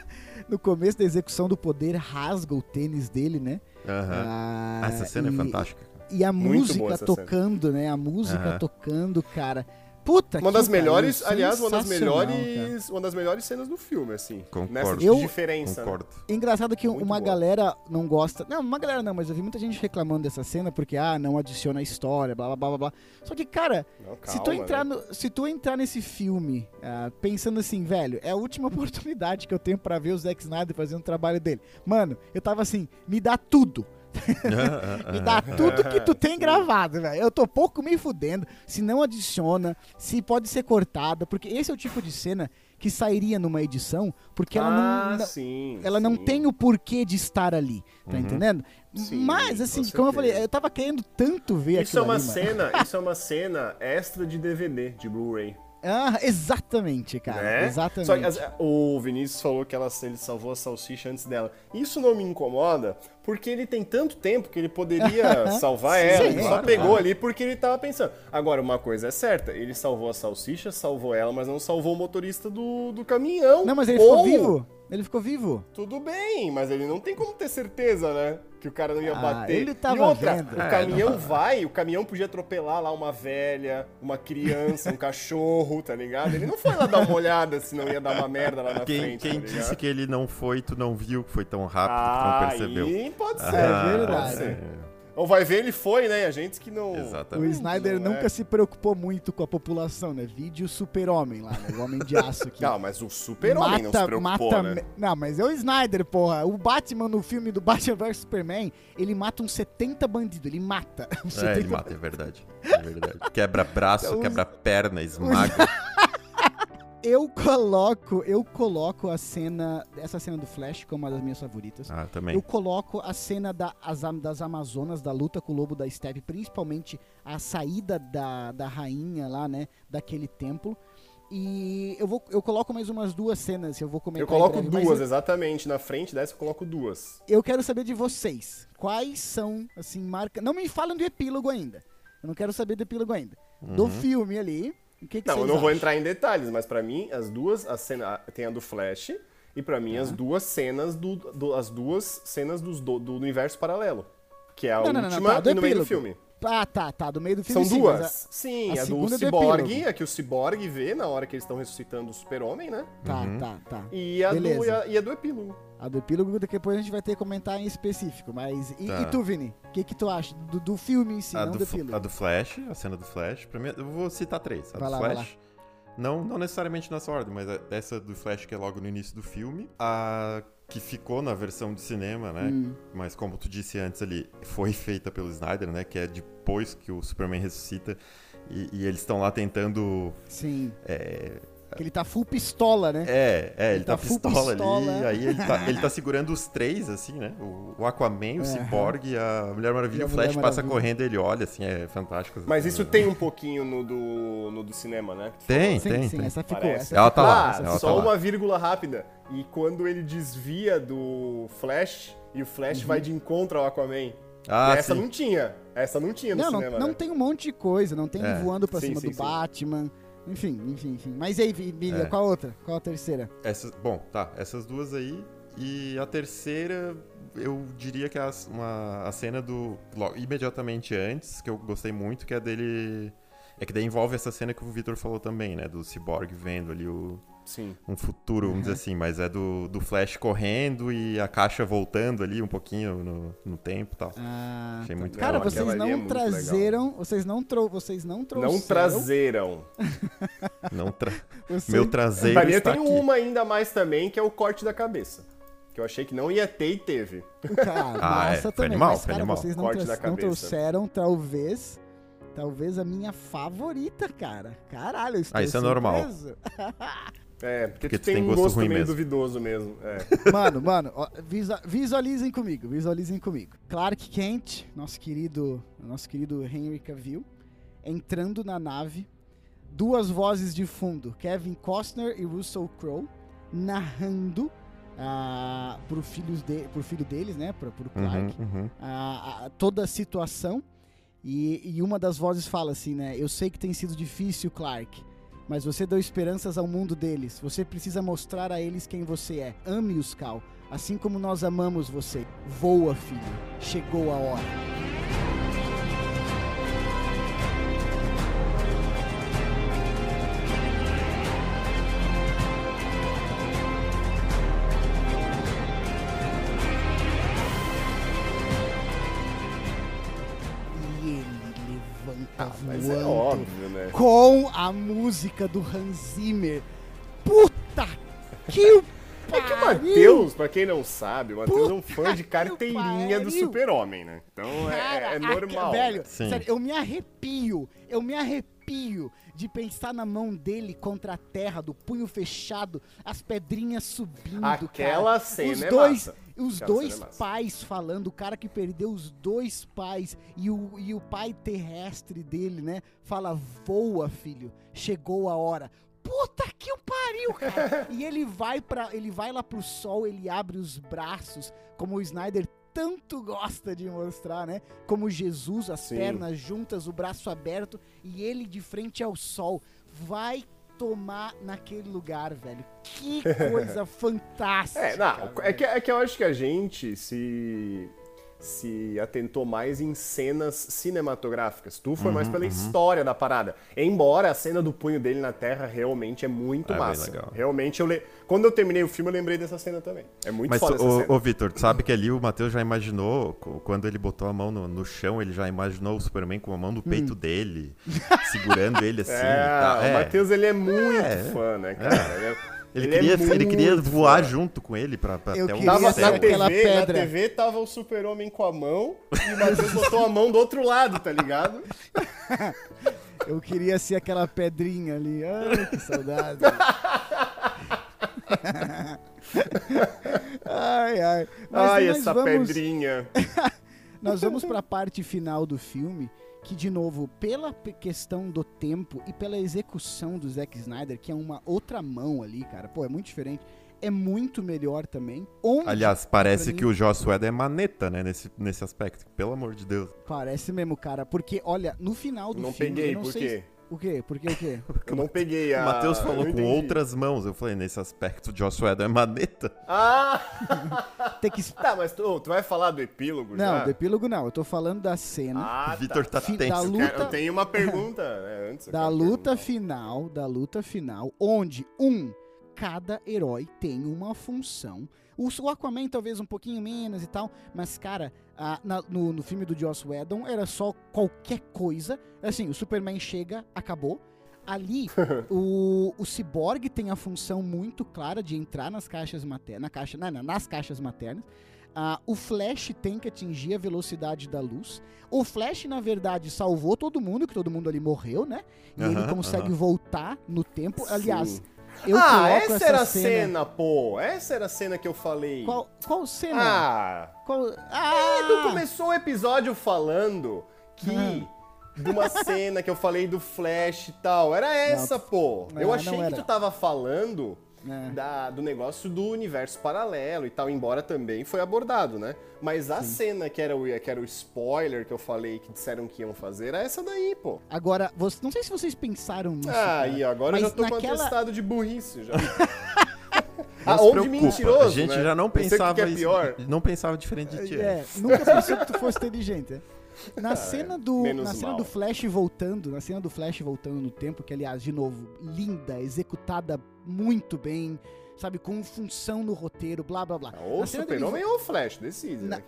Speaker 2: no começo da execução do poder, rasga o tênis dele, né?
Speaker 3: Essa cena é fantástica.
Speaker 2: E a música tocando, cena. Né? A música tocando, cara. Puta
Speaker 4: uma das melhores, aliás, uma das melhores cenas do filme, assim.
Speaker 3: Concordo.
Speaker 4: Nessa diferença.
Speaker 3: Concordo.
Speaker 2: Né? Engraçado que uma galera não gosta. Não, uma galera não, mas eu vi muita gente reclamando dessa cena porque, não adiciona a história, blá, blá, blá, blá. Só que, cara,
Speaker 4: não, calma,
Speaker 2: se tu entrar nesse filme pensando assim, velho, é a última oportunidade que eu tenho pra ver o Zack Snyder fazendo o trabalho dele. Mano, eu tava assim, me dá tudo. Me dá tudo que tu tem gravado, velho. Eu tô pouco me fudendo. Se não adiciona, se pode ser cortada, porque esse é o tipo de cena que sairia numa edição, porque ela não tem o porquê de estar ali, tá entendendo? Sim, mas assim, como eu falei, eu tava querendo tanto ver
Speaker 4: isso aquilo Isso é uma cena extra de DVD, de Blu-ray.
Speaker 2: Exatamente, cara.
Speaker 4: Né?
Speaker 2: Exatamente.
Speaker 4: Só que o Vinícius falou que ele salvou a salsicha antes dela. Isso não me incomoda, porque ele tem tanto tempo que ele poderia salvar ela. Ele só pegou ali porque ele tava pensando. Agora, uma coisa é certa, ele salvou a salsicha, salvou ela, mas não salvou o motorista do caminhão.
Speaker 2: Não, mas ele ficou vivo. Ele ficou vivo.
Speaker 4: Tudo bem, mas ele não tem como ter certeza, né? Que o cara não ia bater.
Speaker 2: Ele tava
Speaker 4: e outra,
Speaker 2: vendo.
Speaker 4: O caminhão podia atropelar lá uma velha, uma criança, um cachorro, tá ligado? Ele não foi lá dar uma olhada, senão ia dar uma merda lá na frente.
Speaker 3: Quem disse que ele não foi, tu não viu que foi tão rápido que tu não percebeu.
Speaker 4: Aí pode ser. É verdade. Ou vai ver, ele foi, né? A gente que não...
Speaker 3: Exatamente.
Speaker 2: O Snyder nunca se preocupou muito com a população, né? Vídeo Super-Homem lá, né? O Homem de Aço aqui.
Speaker 4: Não, mas o Super-Homem não se preocupou, né?
Speaker 2: Não, mas é o Snyder, porra. O Batman, no filme do Batman vs Superman, ele mata uns 70 bandidos. Ele mata.
Speaker 3: Ele mata, é verdade. É verdade. Quebra braço, quebra perna, esmaga.
Speaker 2: Eu coloco essa cena do Flash como uma das minhas favoritas.
Speaker 3: Também.
Speaker 2: Eu coloco a cena das Amazonas, da luta com o Lobo da Steppe, principalmente a saída da rainha lá, né, daquele templo. E eu coloco mais umas duas cenas, eu vou comentar.
Speaker 4: Eu coloco duas, exatamente. Na frente dessa eu coloco duas.
Speaker 2: Eu quero saber de vocês. Quais são, assim, marcas... Não me falam do epílogo ainda. Eu não quero saber do epílogo ainda. Do filme ali...
Speaker 4: eu não vou entrar em detalhes, mas pra mim, as duas, tem a do Flash, e pra mim as duas cenas do universo paralelo. Que é a última e no meio do filme.
Speaker 2: Tá, do meio do filme.
Speaker 4: São duas? Sim, a do Cyborg, a que o Cyborg vê na hora que eles estão ressuscitando o Super-Homem, né?
Speaker 2: Tá.
Speaker 4: E a do epílogo.
Speaker 2: A do epílogo depois a gente vai ter que comentar em específico, mas... E tu, Vini? O que tu acha do filme em si, não do epílogo?
Speaker 3: A do Flash, a cena do Flash, pra mim, eu vou citar três. A do Flash, não necessariamente nessa ordem, mas essa do Flash que é logo no início do filme. A que ficou na versão de cinema, né? Mas como tu disse antes ali, foi feita pelo Snyder, né? Que é depois que o Superman ressuscita e eles estão lá tentando...
Speaker 2: Sim. Que ele tá full pistola, né?
Speaker 3: Ele tá pistola ali, aí ele tá segurando os três, assim, né? O Aquaman, o Cyborg e a Mulher Maravilha. O Flash passa correndo e ele olha, assim, é fantástico.
Speaker 4: Mas isso tem um pouquinho no do cinema, né?
Speaker 3: Tem.
Speaker 2: Essa ficou.
Speaker 3: Ela tá lá.
Speaker 4: Só uma vírgula rápida. E quando ele desvia do Flash, e o Flash vai de encontro ao Aquaman. Essa não tinha no cinema,
Speaker 2: não tem um monte de coisa, não tem voando pra cima do Batman... Enfim. Mas aí, Bilha, qual a outra? Qual a terceira?
Speaker 3: Essas duas aí. E a terceira, eu diria que é a cena imediatamente antes, que eu gostei muito, que é dele... É que daí envolve essa cena que o Victor falou também, né? Do Cyborg vendo ali um futuro, vamos dizer assim. Mas é do Flash correndo e a caixa voltando ali um pouquinho no tempo e tal. Achei muito legal.
Speaker 2: Cara, vocês não trazeram... Vocês não trouxeram...
Speaker 4: Não trazeram.
Speaker 3: Meu traseiro está aqui.
Speaker 4: Tem uma ainda mais também, que é o corte da cabeça. Que eu achei que não ia ter e teve.
Speaker 2: Massa também.
Speaker 3: Animal,
Speaker 2: mas, cara, vocês não trouxeram, talvez a minha favorita, cara. Caralho, eu estou
Speaker 3: isso é normal.
Speaker 4: Porque tu tem um gosto meio duvidoso mesmo.
Speaker 2: Mano, visualizem comigo. Clark Kent, nosso querido Henry Cavill, entrando na nave, duas vozes de fundo, Kevin Costner e Russell Crowe, narrando pro filho deles, né, pro Clark, toda a situação. E uma das vozes fala assim, né? Eu sei que tem sido difícil, Clark. mas você deu esperanças ao mundo deles. Você precisa mostrar a eles quem você é. Ame-os, Cal, assim como nós amamos você. Voa, filho. Chegou a hora.
Speaker 4: Mas é óbvio, né?
Speaker 2: Com a música do Hans Zimmer. Puta que
Speaker 4: É que o Matheus, pra quem não sabe, o Matheus é um fã de carteirinha do Super-Homem, né? Então é normal.
Speaker 2: Velho, sério, eu me arrepio de pensar na mão dele contra a terra, do punho fechado, as pedrinhas subindo,
Speaker 4: Aquela
Speaker 2: cara.
Speaker 4: cena
Speaker 2: Os dois pais falando, o cara que perdeu os dois pais e o pai terrestre dele, né? Fala, voa, filho, chegou a hora. Puta que pariu, cara! E ele vai lá pro sol, ele abre os braços, como o Snyder tanto gosta de mostrar, né? Como Jesus, as pernas juntas, o braço aberto e ele de frente ao sol. Vai tomar naquele lugar, velho. Que coisa fantástica.
Speaker 4: É que eu acho que a gente se atentou mais em cenas cinematográficas. Tu foi mais pela história da parada. Embora a cena do punho dele na terra realmente é muito massa. Realmente, quando eu terminei o filme, eu lembrei dessa cena também. É muito foda essa cena.
Speaker 3: Ô, Vitor, tu sabe que ali o Matheus já imaginou, quando ele botou a mão no chão, ele já imaginou o Superman com a mão no peito dele, segurando ele assim.
Speaker 4: O Matheus, ele é muito fã, né, cara?
Speaker 3: Ele queria voar junto com ele pra até o
Speaker 4: Na TV tava o Super-Homem com a mão e o Matheus botou a mão do outro lado, tá ligado?
Speaker 2: Eu queria ser aquela pedrinha ali. Ai, que saudade. Ai.
Speaker 4: Ai, essa pedrinha.
Speaker 2: Nós vamos pra parte final do filme, que, de novo, pela questão do tempo e pela execução do Zack Snyder, que é uma outra mão ali, cara, pô, é muito diferente, é muito melhor também.
Speaker 3: Aliás, parece que o Joss Whedon é maneta, né, nesse aspecto, pelo amor de Deus.
Speaker 2: Parece mesmo, cara, porque, olha, no final do
Speaker 4: não
Speaker 2: filme...
Speaker 4: Peguei, por quê?
Speaker 2: O quê? Por quê? O quê?
Speaker 4: Eu não peguei
Speaker 3: O Matheus falou com outras mãos. Eu falei, nesse aspecto, o Joss Whedon é maneta.
Speaker 2: Tem que...
Speaker 4: Tá, mas tu vai falar do epílogo já?
Speaker 2: Não, do epílogo não. Eu tô falando da cena.
Speaker 3: Vitor tá tenso.
Speaker 2: Da luta...
Speaker 4: Eu tenho uma pergunta, né, antes.
Speaker 2: Da luta final, onde cada herói tem uma função. O Aquaman talvez um pouquinho menos e tal, mas, cara, no filme do Joss Whedon era só qualquer coisa. Assim, o Superman chega, acabou. Ali, o Cyborg tem a função muito clara de entrar nas caixas maternas. Nas caixas maternas. O Flash tem que atingir a velocidade da luz. O Flash, na verdade, salvou todo mundo, que todo mundo ali morreu, né? E ele consegue voltar no tempo.
Speaker 4: Sim.
Speaker 2: Aliás...
Speaker 4: essa era a cena, pô. Essa era a cena que eu falei.
Speaker 2: Qual cena?
Speaker 4: Tu começou o episódio falando de uma cena que eu falei do Flash e tal. Era essa, pô. Eu achei que tu tava falando do negócio do universo paralelo e tal, embora também foi abordado, né? Mas a cena que era o spoiler que eu falei, que disseram que iam fazer, era essa daí, pô.
Speaker 2: Agora, não sei se vocês pensaram nisso.
Speaker 4: E agora eu já tô com atestado de burrice já.
Speaker 3: Onde
Speaker 4: mentiroso,
Speaker 3: a gente já não pensava
Speaker 4: que é pior.
Speaker 3: Não pensava diferente de ti.
Speaker 2: Nunca pensou que tu fosse inteligente, Na cena do Flash voltando, no tempo, que, aliás, de novo, linda, executada muito bem, sabe, com função no roteiro, blá, blá, blá.
Speaker 4: Ou o Super-Homem ou o Flash, decide, né?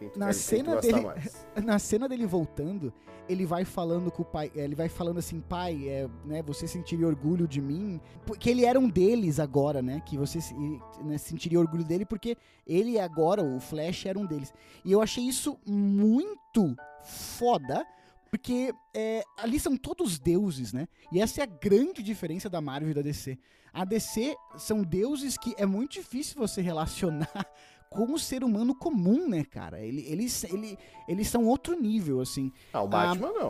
Speaker 2: Na cena dele voltando, ele vai falando com o pai, ele vai falando assim, pai, né, você sentiria orgulho de mim, porque ele era um deles agora, né, que você sentiria orgulho dele, porque ele agora, o Flash, era um deles. E eu achei isso muito foda, porque ali são todos deuses, né? E essa é a grande diferença da Marvel e da DC. A DC são deuses que é muito difícil você relacionar com o ser humano comum, né, cara? Eles são outro nível, assim.
Speaker 4: O Batman não.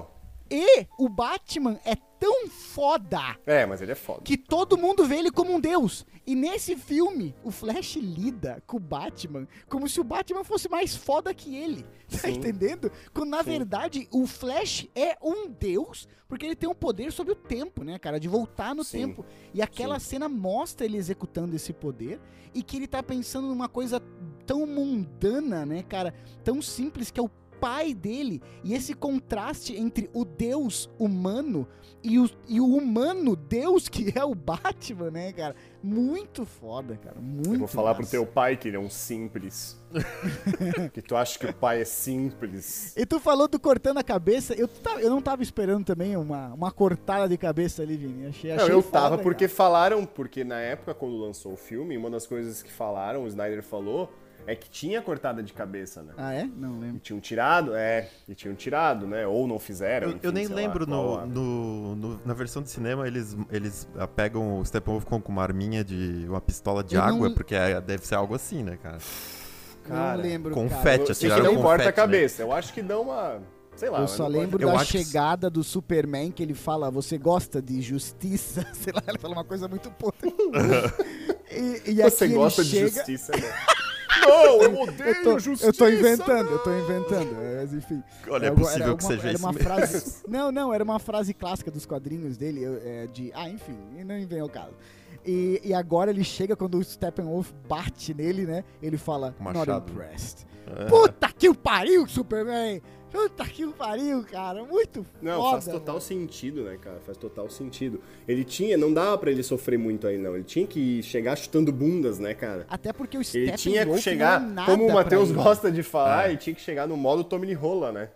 Speaker 2: E o Batman é tão foda
Speaker 4: Mas ele é foda.
Speaker 2: que todo mundo vê ele como um deus. E nesse filme, o Flash lida com o Batman como se o Batman fosse mais foda que ele. Tá entendendo? Quando, na verdade, o Flash é um deus, porque ele tem um poder sobre o tempo, né, cara? De voltar no tempo. E aquela cena mostra ele executando esse poder e que ele tá pensando numa coisa tão mundana, né, cara? Tão simples, que é o pai dele, e esse contraste entre o Deus humano e o humano Deus que é o Batman, né, cara? Muito foda, cara, muito.
Speaker 4: Eu vou falar
Speaker 2: massa.
Speaker 4: pro teu pai que ele é um simples. Que tu acha que o pai é simples.
Speaker 2: E tu falou do cortando a cabeça, eu não tava esperando também uma cortada de cabeça ali, Vini. Achei
Speaker 4: Eu
Speaker 2: foda,
Speaker 4: tava porque
Speaker 2: cara.
Speaker 4: falaram, porque na época quando lançou o filme, uma das coisas que falaram, o Snyder falou, é que tinha cortada de cabeça, né?
Speaker 2: Ah, é? Não
Speaker 4: E
Speaker 2: lembro.
Speaker 4: tinham tirado, né? Ou não fizeram.
Speaker 3: Eu
Speaker 4: enfim,
Speaker 3: nem
Speaker 4: sei
Speaker 3: lembro,
Speaker 4: lá,
Speaker 3: na versão de cinema, eles pegam o Steppenwolf com uma arminha de uma pistola de
Speaker 2: Eu
Speaker 3: água,
Speaker 2: não-
Speaker 3: porque deve ser algo assim, né, cara?
Speaker 4: Cara,
Speaker 2: não lembro,
Speaker 3: confete,
Speaker 2: cara.
Speaker 4: Eu sei que
Speaker 3: atiraram
Speaker 4: não
Speaker 3: confete,
Speaker 4: corta a
Speaker 3: né?
Speaker 4: cabeça. Eu acho que dão uma... Sei lá.
Speaker 2: Eu
Speaker 4: mas
Speaker 2: só
Speaker 4: não corta-
Speaker 2: lembro
Speaker 3: Eu
Speaker 2: da
Speaker 3: acho que-
Speaker 2: chegada do Superman, que ele fala, você gosta de justiça? Sei lá, ele fala uma coisa muito podre. e
Speaker 4: Você
Speaker 2: aqui
Speaker 4: gosta
Speaker 2: ele
Speaker 4: de
Speaker 2: chega...
Speaker 4: justiça, né? Não, eu odeio justiça!
Speaker 2: Eu tô inventando, mas enfim.
Speaker 3: Olha, é possível que seja
Speaker 2: era
Speaker 3: isso
Speaker 2: uma
Speaker 3: mesmo.
Speaker 2: frase. Não, era uma frase clássica dos quadrinhos dele, enfim, não vem ao caso. E agora ele chega, quando o Steppenwolf bate nele, né? Ele fala, not
Speaker 3: Machado.
Speaker 2: impressed. Puta que o pariu, Superman! Puta que o pariu, cara, muito
Speaker 4: Não,
Speaker 2: foda.
Speaker 4: faz total sentido, né, cara? Faz total sentido. Não dava pra ele sofrer muito aí, não. Ele tinha que chegar chutando bundas, né, cara?
Speaker 2: Até porque o
Speaker 4: Ele
Speaker 2: Steppenwolf
Speaker 4: tinha que chegar,
Speaker 2: não é nada
Speaker 4: como o Matheus
Speaker 2: pra ele.
Speaker 4: gosta de falar, ele tinha que chegar no modo Tommy Rola, né?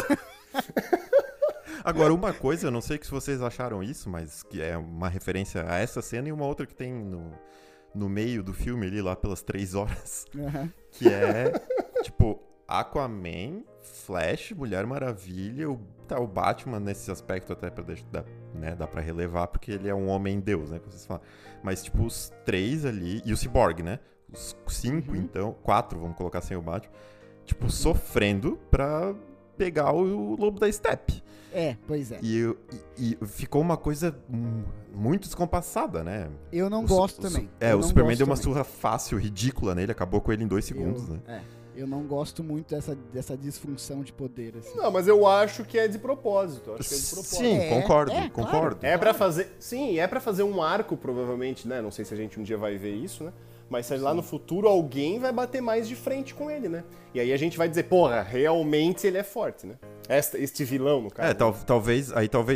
Speaker 3: Agora, uma coisa, eu não sei se vocês acharam isso, mas que é uma referência a essa cena e uma outra que tem no meio do filme ali, lá pelas 3 horas,
Speaker 2: Aham.
Speaker 3: que é, tipo, Aquaman, Flash, Mulher Maravilha, o Batman nesse aspecto até pra dá pra relevar, porque ele é um homem-deus, né, que vocês falam. Mas, tipo, os 3 ali, e o Cyborg, né, os 5, então, 4, vamos colocar sem o Batman, tipo, sofrendo pra pegar o Lobo da Steppe.
Speaker 2: Pois é.
Speaker 3: E ficou uma coisa muito descompassada, né?
Speaker 2: Eu não gosto também.
Speaker 3: O Superman deu uma surra fácil, ridícula nele, acabou com ele em 2 segundos, né?
Speaker 2: Eu não gosto muito dessa disfunção de poder, assim.
Speaker 4: Não, mas eu acho que é de propósito. Eu acho que é de propósito.
Speaker 3: Sim, concordo.
Speaker 2: Claro.
Speaker 4: É pra fazer... Sim, é pra fazer um arco, provavelmente, né? Não sei se a gente um dia vai ver isso, né? Mas se lá no futuro alguém vai bater mais de frente com ele, né? E aí a gente vai dizer, porra, realmente ele é forte, né? Este vilão, no caso.
Speaker 3: Talvez,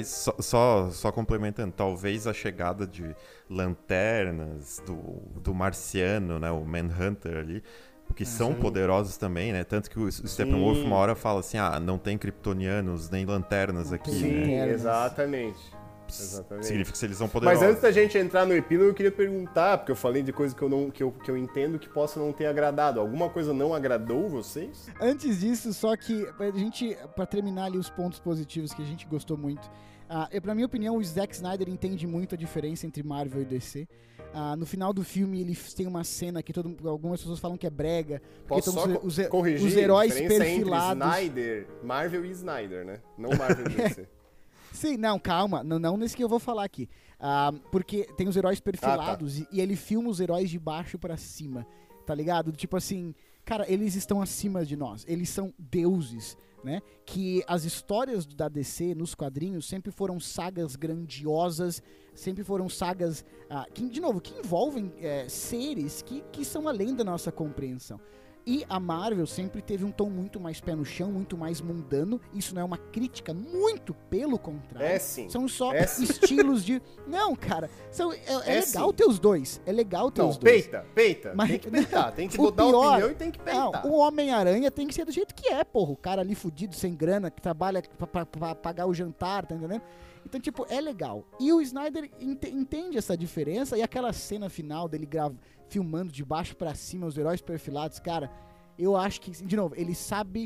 Speaker 3: só complementando, talvez a chegada de lanternas do Marciano, né? O Manhunter ali, que são poderosos também, né? Tanto que o Steppenwolf uma hora fala assim, não tem kryptonianos nem lanternas aqui,
Speaker 4: Sim,
Speaker 3: né?
Speaker 4: exatamente.
Speaker 3: Significa que eles são poderosos.
Speaker 4: Mas antes da gente entrar no epílogo, eu queria perguntar, porque eu falei de coisa que eu entendo que possa não ter agradado. Alguma coisa não agradou vocês?
Speaker 2: Antes disso, só que pra terminar ali os pontos positivos que a gente gostou muito, pra minha opinião, o Zack Snyder entende muito a diferença entre Marvel e DC. No final do filme, ele tem uma cena que algumas pessoas falam que é brega. Porque
Speaker 4: Posso só corrigir?
Speaker 2: os heróis
Speaker 4: A diferença
Speaker 2: perfilados.
Speaker 4: entre Snyder, Marvel e Snyder, né? Não Marvel e DC.
Speaker 2: Sim, não, calma. Não nesse que eu vou falar aqui. Porque tem os heróis perfilados e ele filma os heróis de baixo pra cima. Tá ligado? Tipo assim, cara, eles estão acima de nós. Eles são deuses, né? Que as histórias da DC nos quadrinhos sempre foram sagas grandiosas, sempre foram sagas que envolvem seres que são além da nossa compreensão. E a Marvel sempre teve um tom muito mais pé no chão, muito mais mundano. Isso não é uma crítica, muito pelo contrário.
Speaker 4: É sim.
Speaker 2: São só
Speaker 4: É sim.
Speaker 2: estilos de... Não, cara, é legal
Speaker 4: sim.
Speaker 2: ter os dois. É legal ter
Speaker 4: Não,
Speaker 2: os dois.
Speaker 4: peita.
Speaker 2: Mas-
Speaker 4: Tem que peitar, tem que
Speaker 2: O
Speaker 4: botar
Speaker 2: pior-
Speaker 4: opinião e tem que peitar.
Speaker 2: Não, o Homem-Aranha tem que ser do jeito que é, porra. O cara ali fudido, sem grana, que trabalha pra pagar o jantar, tá entendendo? Então, tipo, é legal. E o Snyder entende essa diferença. E aquela cena final dele filmando de baixo pra cima os heróis perfilados, cara, eu acho que, de novo, ele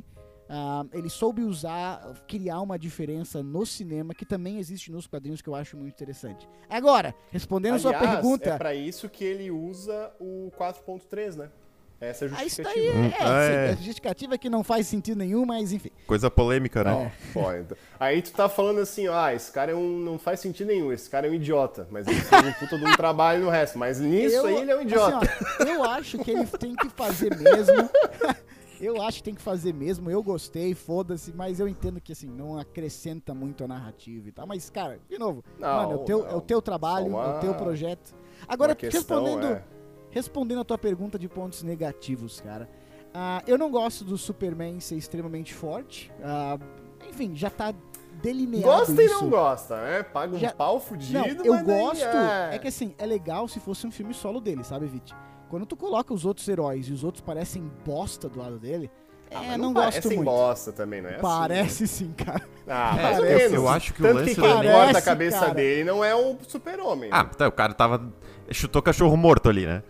Speaker 2: soube criar uma diferença no cinema que também existe nos quadrinhos, que eu acho muito interessante. Agora, respondendo a sua
Speaker 4: Aliás,
Speaker 2: pergunta...
Speaker 4: é pra isso que ele usa o 4.3, né? Essa é a justificativa.
Speaker 2: Isso daí a justificativa que não faz sentido nenhum, mas enfim.
Speaker 3: Coisa polêmica, né?
Speaker 4: Então. Aí tu tá falando assim, esse cara não faz sentido nenhum, esse cara é um idiota, mas ele fez um puta de um trabalho no resto, mas nisso aí ele é um idiota.
Speaker 2: Assim, eu acho que ele tem que fazer mesmo. Eu acho que tem que fazer mesmo, eu gostei, foda-se, mas eu entendo que assim, não acrescenta muito a narrativa e tal. Mas, cara, de novo, mano, é o teu trabalho, é o teu projeto. Agora, respondendo a tua pergunta de pontos negativos, cara. Eu não gosto do Superman ser extremamente forte. Enfim, já tá delineado
Speaker 4: gosta
Speaker 2: isso.
Speaker 4: E não gosta, né? Paga um pau fudido,
Speaker 2: não, eu gosto. É que assim, é legal se fosse um filme solo dele, sabe, Vit? Quando tu coloca os outros heróis e os outros parecem bosta do lado dele, não gosto muito.
Speaker 4: Bosta também, não é
Speaker 2: Parece
Speaker 4: assim,
Speaker 2: sim, cara.
Speaker 4: Mais ou menos.
Speaker 3: Eu acho que
Speaker 4: tanto
Speaker 3: o lance
Speaker 4: que quem corta a cabeça dele não é o Super-Homem.
Speaker 3: O cara chutou cachorro morto ali, né?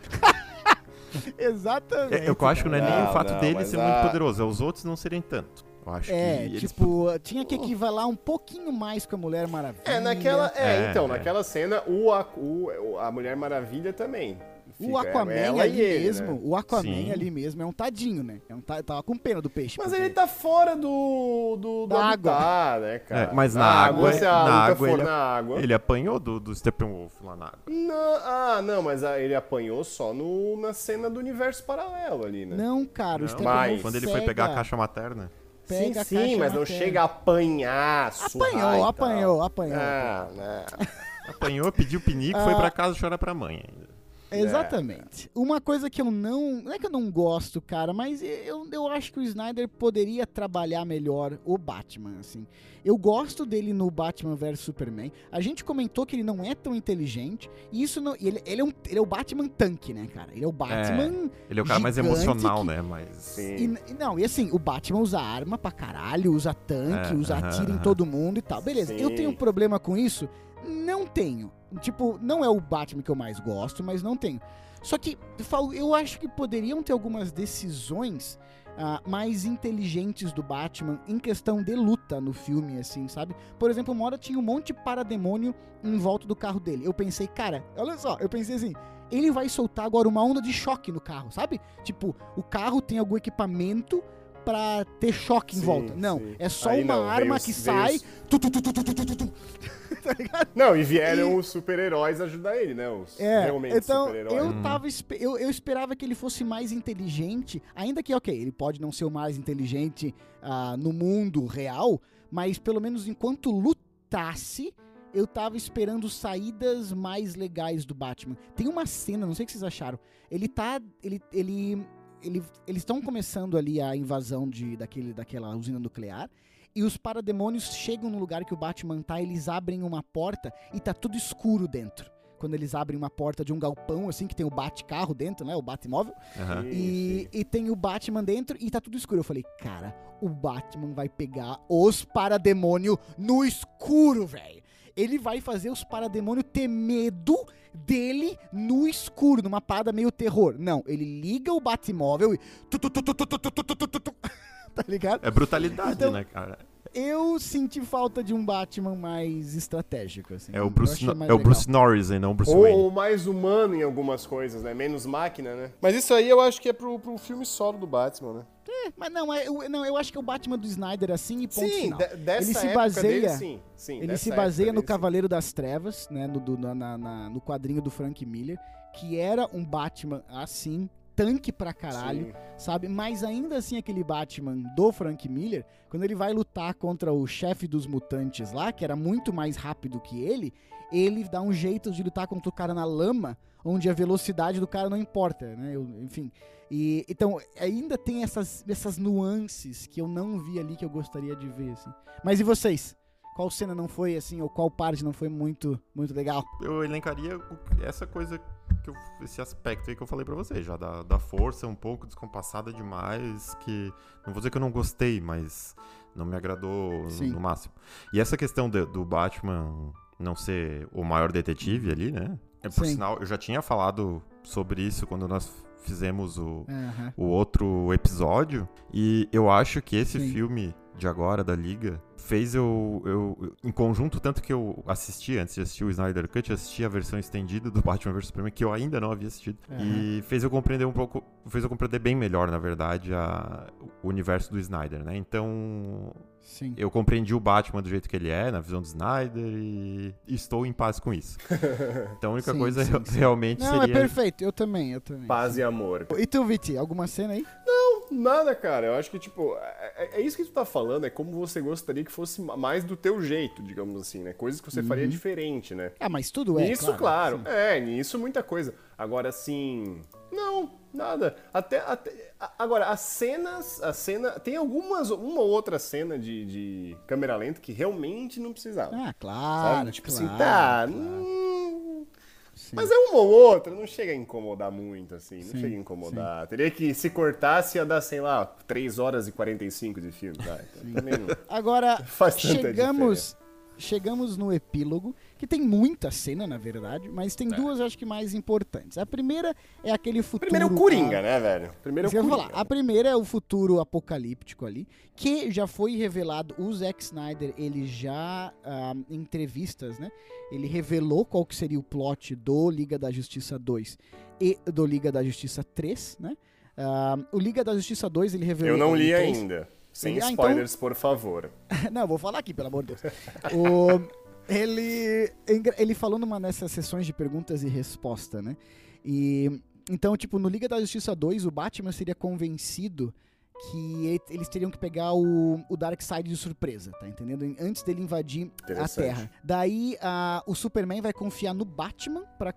Speaker 2: Exatamente.
Speaker 3: Eu acho que não é nem o fato dele ser muito poderoso, é os outros não serem tanto. Eu acho que
Speaker 2: tinha que equivalar um pouquinho mais com a Mulher Maravilha.
Speaker 4: Naquela cena, a Mulher Maravilha também.
Speaker 2: O Aquaman ali mesmo, né? O Aquaman ali mesmo é um tadinho, né? Tava com pena do peixe.
Speaker 4: Mas ele tá fora do
Speaker 2: água,
Speaker 4: né, cara?
Speaker 3: Mas na água, ele apanhou do Steppenwolf lá na água.
Speaker 4: Não, mas ele apanhou só na cena do universo paralelo ali, né?
Speaker 2: Não, cara, o Steppenwolf
Speaker 3: quando ele foi pegar a caixa materna.
Speaker 4: Sim, mas não chega a apanhar,
Speaker 2: apanhou.
Speaker 3: Apanhou, pediu pinico, foi pra casa chorar pra mãe ainda.
Speaker 2: Exatamente. Uma coisa que eu não é que eu não gosto, cara, mas eu acho que o Snyder poderia trabalhar melhor o Batman, assim. Eu gosto dele no Batman vs Superman. A gente comentou que ele não é tão inteligente, e isso não... Ele é o Batman tanque, né, cara? Ele é o Batman
Speaker 3: ele é o cara mais emocional, né? Mas...
Speaker 2: E assim, o Batman usa arma pra caralho, usa tanque, atira em todo mundo e tal. Beleza, eu tenho um problema com isso? Não tenho. Tipo, não é o Batman que eu mais gosto, mas não tenho. Só que eu acho que poderiam ter algumas decisões mais inteligentes do Batman em questão de luta no filme, assim, sabe? Por exemplo, uma hora tinha um monte de parademônio em volta do carro dele. Eu pensei, cara, olha só, assim, ele vai soltar agora uma onda de choque no carro, sabe? Tipo, o carro tem algum equipamento pra ter choque em volta. Não, é só uma arma que sai... Tá ligado?
Speaker 4: Não, e vieram os super-heróis ajudar ele, né? Os realmente super-heróis.
Speaker 2: Eu esperava que ele fosse mais inteligente, ainda que, ele pode não ser o mais inteligente no mundo real, mas pelo menos enquanto lutasse, eu tava esperando saídas mais legais do Batman. Tem uma cena, não sei o que vocês acharam, eles estão começando ali a invasão daquela usina nuclear, e os parademônios chegam no lugar que o Batman tá, eles abrem uma porta e tá tudo escuro dentro. Quando eles abrem uma porta de um galpão, assim, que tem o Batcarro dentro, né, o Batmóvel, e tem o Batman dentro e tá tudo escuro. Eu falei, cara, o Batman vai pegar os parademônios no escuro, velho. Ele vai fazer os parademônios ter medo dele no escuro, numa parada meio terror. Não, ele liga o Batmóvel e... Tá ligado?
Speaker 3: É brutalidade, né, cara?
Speaker 2: Eu senti falta de um Batman mais estratégico, assim.
Speaker 3: É o Bruce Norris e não o Bruce Wayne.
Speaker 4: Ou mais humano em algumas coisas, né? Menos máquina, né? Mas isso aí eu acho que é pro filme solo do Batman, né?
Speaker 2: Mas eu acho que é o Batman do Snyder, assim, e ponto final.
Speaker 4: Dessa
Speaker 2: ele se baseia,
Speaker 4: dele, sim.
Speaker 2: Ele se baseia no Cavaleiro das Trevas, né? No quadrinho do Frank Miller, que era um Batman, assim, tanque pra caralho, sabe? Mas ainda assim aquele Batman do Frank Miller, quando ele vai lutar contra o chefe dos mutantes lá, que era muito mais rápido que ele dá um jeito de lutar contra o cara na lama, onde a velocidade do cara não importa, né? Enfim. Então, ainda tem essas nuances que eu não vi ali que eu gostaria de ver, assim. Mas e vocês? Qual cena não foi, assim, ou qual parte não foi muito, muito legal?
Speaker 3: Eu elencaria essa coisa, esse aspecto aí que eu falei pra vocês, já da força um pouco descompassada demais, que não vou dizer que eu não gostei, mas não me agradou no máximo. E essa questão do Batman não ser o maior detetive ali, né? Por sinal, eu já tinha falado sobre isso quando nós fizemos o outro episódio, e eu acho que esse filme de agora, da Liga, fez eu em conjunto, tanto que eu assisti, antes de assistir o Snyder Cut, eu assisti a versão estendida do Batman vs Superman, que eu ainda não havia assistido, e fez eu compreender bem melhor, na verdade, o universo do Snyder, né? Então, sim, eu compreendi o Batman do jeito que ele é, na visão do Snyder, e estou em paz com isso. Então, a única coisa realmente
Speaker 2: não,
Speaker 3: seria...
Speaker 2: Não, é perfeito, eu também.
Speaker 4: Paz e amor.
Speaker 2: E tu, Viti, alguma cena aí?
Speaker 4: Não, nada, cara. Eu acho que, tipo, é isso que tu tá falando, é como você gostaria que fosse mais do teu jeito, digamos assim, né? Coisas que você faria diferente, né?
Speaker 2: Mas tudo é,
Speaker 4: nisso, claro. Nisso muita coisa. Agora, assim... Não, nada. Agora, a cena... Tem uma ou outra cena de câmera lenta que realmente não precisava.
Speaker 2: Claro.
Speaker 4: Sabe? Tipo assim, mas é uma ou outra, não chega a incomodar muito, assim. Não chega a incomodar. Sim. Teria que, se cortasse, ia dar, sei lá, 3 horas e 45 de filme. Tá? Então, também não
Speaker 2: agora,
Speaker 4: faz tanta diferença.
Speaker 2: Chegamos no epílogo, que tem muita cena, na verdade, mas tem duas, acho que, mais importantes. A primeira é aquele futuro...
Speaker 4: Primeiro é o Coringa, né, velho? Primeiro é o Coringa.
Speaker 2: Falar. A primeira é o futuro apocalíptico ali, que já foi revelado. O Zack Snyder, ele já, em entrevistas, né, ele revelou qual que seria o plot do Liga da Justiça 2 e do Liga da Justiça 3, né? O Liga da Justiça 2, ele revelou...
Speaker 4: Eu não li ainda. Sem spoilers, então... por favor.
Speaker 2: Não, vou falar aqui, pelo amor de Deus. Ele falou numa dessas sessões de perguntas e resposta, né? E então, tipo, no Liga da Justiça 2, o Batman seria convencido que eles teriam que pegar o Darkseid de surpresa, tá entendendo? Antes dele invadir a Terra. Daí, o Superman vai confiar no Batman pra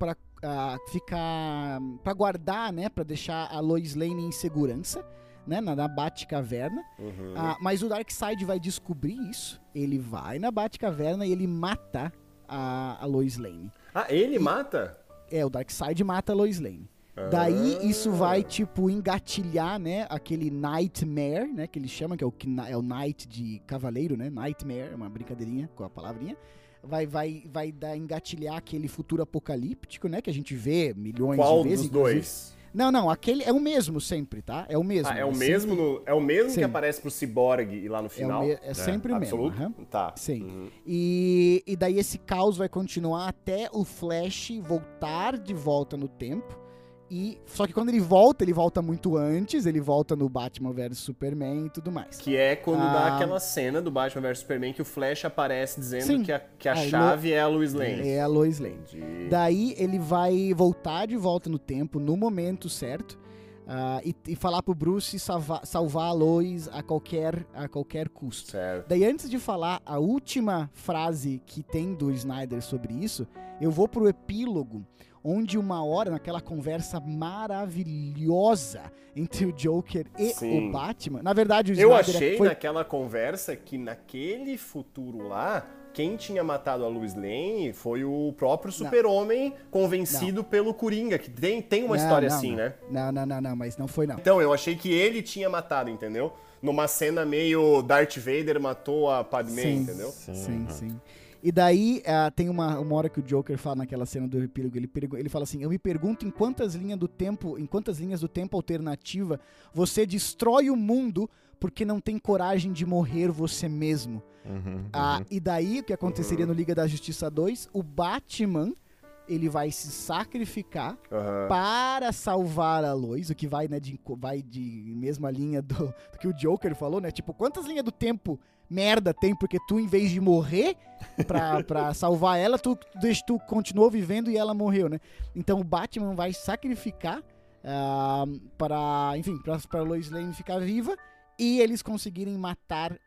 Speaker 2: guardar, né? Pra deixar a Lois Lane em segurança, né, na Batcaverna, mas o Darkseid vai descobrir isso, ele vai na Batcaverna e ele mata a Lois Lane.
Speaker 4: Ele mata?
Speaker 2: O Darkseid mata a Lois Lane. Daí isso vai, tipo, engatilhar, né, aquele Nightmare, né, que ele chama, que é o Night de cavaleiro, né, Nightmare, é uma brincadeirinha com a palavrinha. Vai engatilhar aquele futuro apocalíptico, né, que a gente vê milhões de vezes.
Speaker 4: Qual dos dois?
Speaker 2: Não, aquele é o mesmo sempre, tá? É o mesmo.
Speaker 4: É o mesmo, sempre... é o mesmo que aparece pro Cyborg e lá no final?
Speaker 2: É sempre o mesmo.
Speaker 4: Absoluto? Tá.
Speaker 2: Sim. E daí esse caos vai continuar até o Flash voltar de volta no tempo. Só que quando ele volta muito antes, ele volta no Batman vs Superman e tudo mais.
Speaker 4: Que é quando dá aquela cena do Batman vs Superman que o Flash aparece dizendo que a chave é a Lois Lane.
Speaker 2: É a Lois Lane. Daí ele vai voltar de volta no tempo, no momento certo, e falar pro Bruce salvar a Lois a qualquer custo.
Speaker 4: Certo.
Speaker 2: Daí, antes de falar a última frase que tem do Snyder sobre isso, eu vou pro epílogo, onde uma hora, naquela conversa maravilhosa entre o Joker e o Batman... Na verdade, o Snyder...
Speaker 4: Eu achei naquela conversa que naquele futuro lá, quem tinha matado a Lois Lane foi o próprio Super-Homem convencido pelo Coringa, que tem uma história assim, né?
Speaker 2: Não, mas não foi não.
Speaker 4: Então, eu achei que ele tinha matado, entendeu? Numa cena meio Darth Vader matou a Padmé, entendeu?
Speaker 2: Sim. E daí tem uma hora que o Joker fala naquela cena do epílogo, ele fala assim: eu me pergunto em quantas linhas do tempo alternativa você destrói o mundo porque não tem coragem de morrer você mesmo. E daí o que aconteceria no Liga da Justiça 2, o Batman, ele vai se sacrificar para salvar a Lois, o que vai, né, vai de mesma linha do que o Joker falou, né? Tipo, quantas linhas do tempo merda tem, porque tu, em vez de morrer pra salvar ela, tu continuou vivendo e ela morreu, né? Então o Batman vai sacrificar para Lois Lane ficar viva e eles conseguirem matar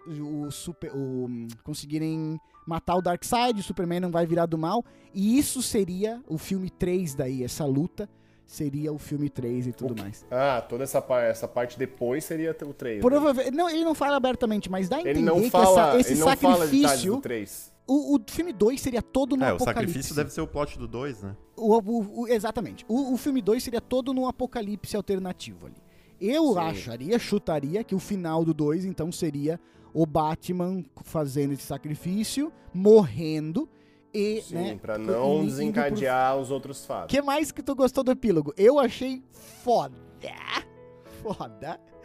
Speaker 2: conseguirem matar o Darkseid, o Superman não vai virar do mal, e isso seria o filme 3 daí, essa luta seria o filme 3 e tudo mais.
Speaker 4: Toda essa parte depois seria o 3.
Speaker 2: Provavelmente, não, ele não fala abertamente, mas dá a entender que esse
Speaker 4: ele não
Speaker 2: sacrifício...
Speaker 4: Fala do 3.
Speaker 2: O filme 2 seria todo no apocalipse.
Speaker 3: O sacrifício deve ser o plot do 2, né?
Speaker 2: Exatamente. O filme 2 seria todo no apocalipse alternativo ali. Eu chutaria que o final do 2, então, seria o Batman fazendo esse sacrifício, morrendo, e,
Speaker 4: né, pra não desencadear os outros fatos.
Speaker 2: O que mais que tu gostou do epílogo? Eu achei foda.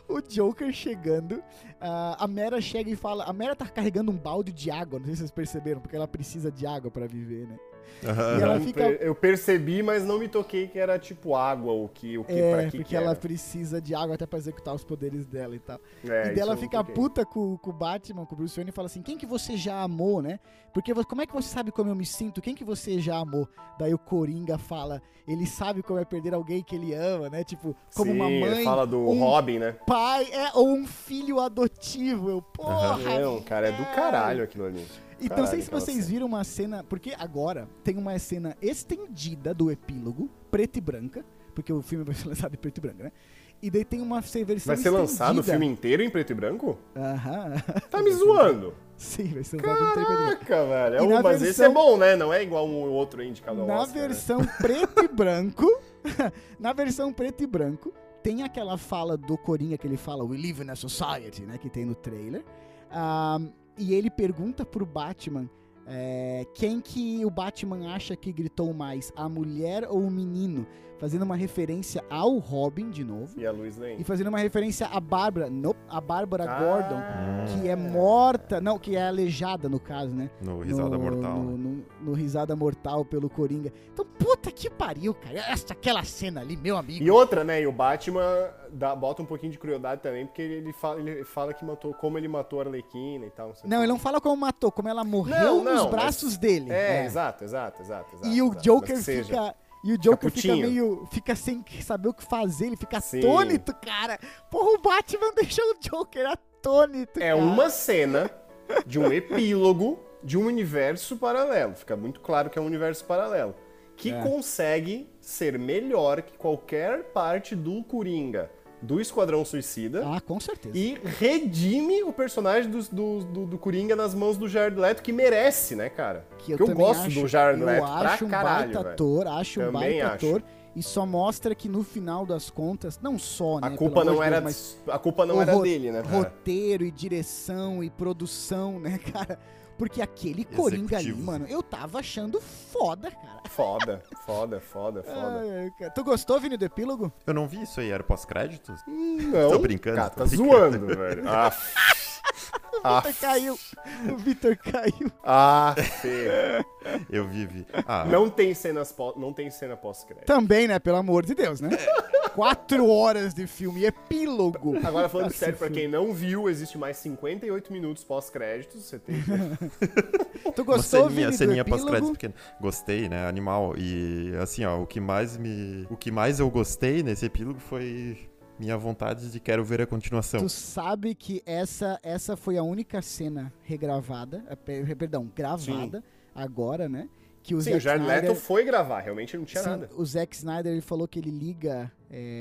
Speaker 2: o Joker chegando, a Mera chega e fala... A Mera tá carregando um balde de água, não sei se vocês perceberam, porque ela precisa de água pra viver, né?
Speaker 3: Uhum.
Speaker 2: E ela fica...
Speaker 4: Eu percebi, mas não me toquei que era tipo água,
Speaker 2: porque ela precisa de água até pra executar os poderes dela e tal. E daí ela fica puta com o Batman, com o Bruce Wayne, e fala assim, quem que você já amou, né? Porque como é que você sabe como eu me sinto? Quem que você já amou? Daí o Coringa fala, ele sabe como é perder alguém que ele ama, né? Tipo, como uma mãe...
Speaker 4: Ele fala do Robin, né?
Speaker 2: Pai, ou um filho adotivo. Porra!
Speaker 4: Não, cara, é do caralho aquilo ali.
Speaker 2: Então, não sei se vocês viram uma cena... Porque agora tem uma cena estendida do epílogo, preta e branca, porque o filme vai ser lançado em preto e branco, né? E daí tem uma versão estendida.
Speaker 4: Vai ser lançado o filme inteiro em preto e branco?
Speaker 2: Aham.
Speaker 4: Tá me zoando?
Speaker 2: Sim, vai ser lançado em preto e branco.
Speaker 4: Caraca, velho. Mas esse é bom, né? Não é igual um outro indicado ao
Speaker 2: Na
Speaker 4: Oscar,
Speaker 2: versão preto e branco... Na versão preto e branco, tem aquela fala do Coringa que ele fala We live in a society, né? Que tem no trailer. E ele pergunta pro Batman quem que o Batman acha que gritou mais, a mulher ou o menino? Fazendo uma referência ao Robin, de novo.
Speaker 4: E a Lois Lane.
Speaker 2: E fazendo uma referência à Bárbara, a Bárbara Gordon, que é morta, não, que é aleijada no caso, né?
Speaker 3: No Risada Mortal.
Speaker 2: No Risada Mortal pelo Coringa. Então, puta que pariu, cara. Aquela cena ali, meu amigo.
Speaker 4: E outra, né? E o Batman bota um pouquinho de crueldade também, porque ele fala que matou, como ele matou a Arlequina e tal.
Speaker 2: Não, ele não fala como matou, como ela morreu nos braços dele.
Speaker 4: Exato.
Speaker 2: E o Joker fica sem saber o que fazer, ele fica atônito, cara. Porra, o Batman deixou o Joker atônito,
Speaker 4: cara. Uma cena de um epílogo de um universo paralelo. Fica muito claro que é um universo paralelo. Que consegue ser melhor que qualquer parte do Coringa, do Esquadrão Suicida.
Speaker 2: Com certeza.
Speaker 4: E redime o personagem do Coringa nas mãos do Jared Leto, que merece, né, cara?
Speaker 2: Que eu gosto
Speaker 4: do Jared Leto pra caralho, velho.
Speaker 2: Acho um baita ator. E só mostra que no final das contas, não só, né?
Speaker 4: A culpa não era dele, né, cara?
Speaker 2: Roteiro e direção e produção, né, cara? Porque aquele Coringa ali, mano, eu tava achando foda, cara.
Speaker 4: Foda.
Speaker 2: Tu gostou, Vini, do epílogo?
Speaker 3: Eu não vi isso aí, era pós-créditos?
Speaker 4: Não.
Speaker 3: Tô brincando.
Speaker 4: Cara, tá zoando, velho.
Speaker 2: O Vitor caiu.
Speaker 4: Feio.
Speaker 3: Eu vi.
Speaker 4: Não tem cena pós-crédito.
Speaker 2: Também, né? Pelo amor de Deus, né? 4 horas de filme, epílogo.
Speaker 4: Agora, falando sério, pra quem não viu, existe mais 58 minutos pós-créditos. Você tem que...
Speaker 2: Tu gostou, Vini, do
Speaker 3: ceninha
Speaker 2: epílogo?
Speaker 3: Pós-crédito pequena. Gostei, né? Animal. E, assim, ó, o que mais eu gostei nesse epílogo foi... minha vontade de quero ver a continuação.
Speaker 2: Tu sabe que essa foi a única cena regravada, gravada agora, né? Que o
Speaker 4: Jared Leto foi gravar, realmente não tinha nada.
Speaker 2: O Zack Snyder, ele falou que ele liga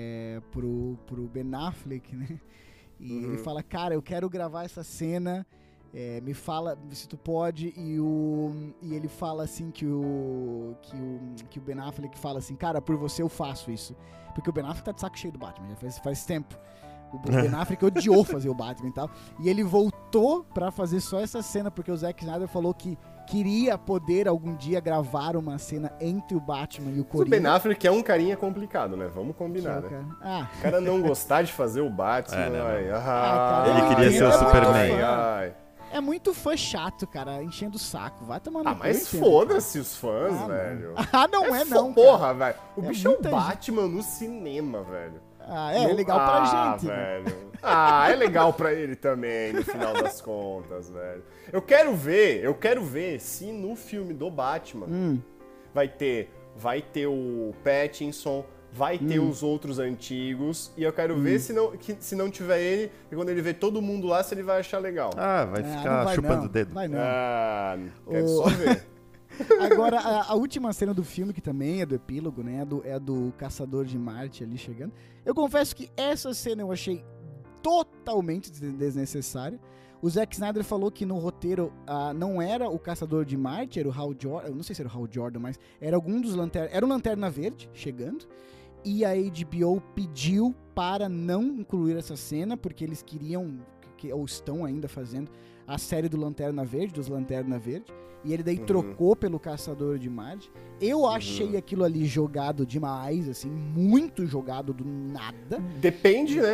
Speaker 2: pro Ben Affleck, né? E ele fala, cara, eu quero gravar essa cena, me fala se tu pode, e ele fala assim que o Ben Affleck fala assim, cara, por você eu faço isso. Porque o Ben Affleck tá de saco cheio do Batman, já faz tempo. O Ben Affleck odiou fazer o Batman e tal. E ele voltou pra fazer só essa cena, porque o Zack Snyder falou que queria poder algum dia gravar uma cena entre o Batman e o Coringa.
Speaker 4: O Ben Affleck é um carinha complicado, né? Vamos combinar, né? O cara não gostar de fazer o Batman.
Speaker 3: Ele queria ser o Superman.
Speaker 2: É muito fã chato, cara, enchendo o saco. Vai tomar no cu.
Speaker 4: Mas foda-se os fãs, velho.
Speaker 2: Não,
Speaker 4: porra, velho. O bicho é o Batman no cinema, velho.
Speaker 2: É legal pra gente,
Speaker 4: velho. Né? É legal pra ele também, no final das contas, velho. Eu quero ver se no filme do Batman vai ter o Pattinson, vai ter os outros antigos, e eu quero ver se não tiver ele, e quando ele ver todo mundo lá, se ele vai achar legal.
Speaker 3: Vai ficar chupando o dedo.
Speaker 2: Vai não.
Speaker 4: Quero só ver.
Speaker 2: Agora, a última cena do filme, que também é do epílogo, né? É do Caçador de Marte ali chegando. Eu confesso que essa cena eu achei totalmente desnecessária. O Zack Snyder falou que no roteiro não era o Caçador de Marte, era o Hal Jordan. Eu não sei se era o Hal Jordan, mas era algum dos Lanternas. Era o Lanterna Verde chegando. E a HBO pediu para não incluir essa cena, porque eles queriam, ou estão ainda fazendo, a série do Lanterna Verde, dos Lanterna Verde. E ele daí trocou pelo Caçador de Marte. Eu achei aquilo ali jogado demais, assim, muito jogado do nada.
Speaker 4: Depende, né?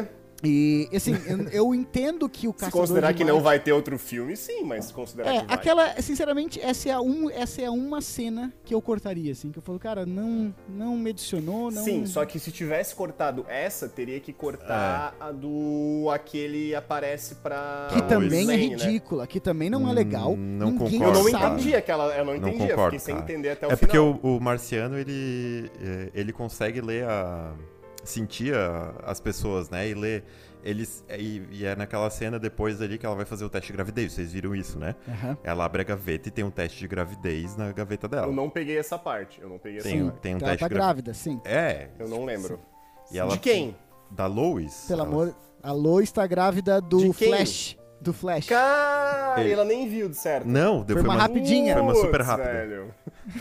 Speaker 2: E, assim, eu entendo que o
Speaker 4: Se
Speaker 2: Caçador
Speaker 4: considerar
Speaker 2: de
Speaker 4: que não
Speaker 2: Marte...
Speaker 4: vai ter outro filme, sim, mas se considerar que vai.
Speaker 2: Aquela, sinceramente, essa é uma cena que eu cortaria, assim, que eu falo, cara, não me adicionou, não...
Speaker 4: Sim, só que se tivesse cortado essa, teria que cortar a do... aquele aparece pra...
Speaker 2: Que também é
Speaker 4: Lane,
Speaker 2: ridícula,
Speaker 4: né?
Speaker 2: que também não é legal.
Speaker 3: Não
Speaker 2: Ninguém
Speaker 3: concordo,
Speaker 4: Eu não
Speaker 2: sabe.
Speaker 4: entendi aquela... Eu não entendi, eu
Speaker 3: concordo,
Speaker 4: fiquei sem
Speaker 3: cara.
Speaker 4: entender até o
Speaker 3: É
Speaker 4: final.
Speaker 3: porque o marciano, ele consegue ler sentir as pessoas, né? E ler... E é naquela cena depois ali que ela vai fazer o teste de gravidez. Vocês viram isso, né?
Speaker 2: Uhum.
Speaker 3: Ela abre a gaveta e tem um teste de gravidez na gaveta dela.
Speaker 4: Eu não peguei essa parte. Eu não peguei essa
Speaker 3: Tem,
Speaker 4: parte.
Speaker 3: tem um
Speaker 2: Ela
Speaker 3: teste
Speaker 2: tá
Speaker 3: de
Speaker 2: grávida, sim.
Speaker 3: É.
Speaker 4: Eu não lembro.
Speaker 3: E ela,
Speaker 4: De quem?
Speaker 3: Da Lois.
Speaker 2: Pelo amor... A Lois tá grávida do
Speaker 4: De quem?
Speaker 2: Flash. Do Flash.
Speaker 4: Cara,
Speaker 3: Ele-
Speaker 4: ela nem viu de certo.
Speaker 3: Não,
Speaker 2: Foi uma rapidinha.
Speaker 3: Foi uma super
Speaker 4: Putz,
Speaker 3: rápida.
Speaker 4: velho.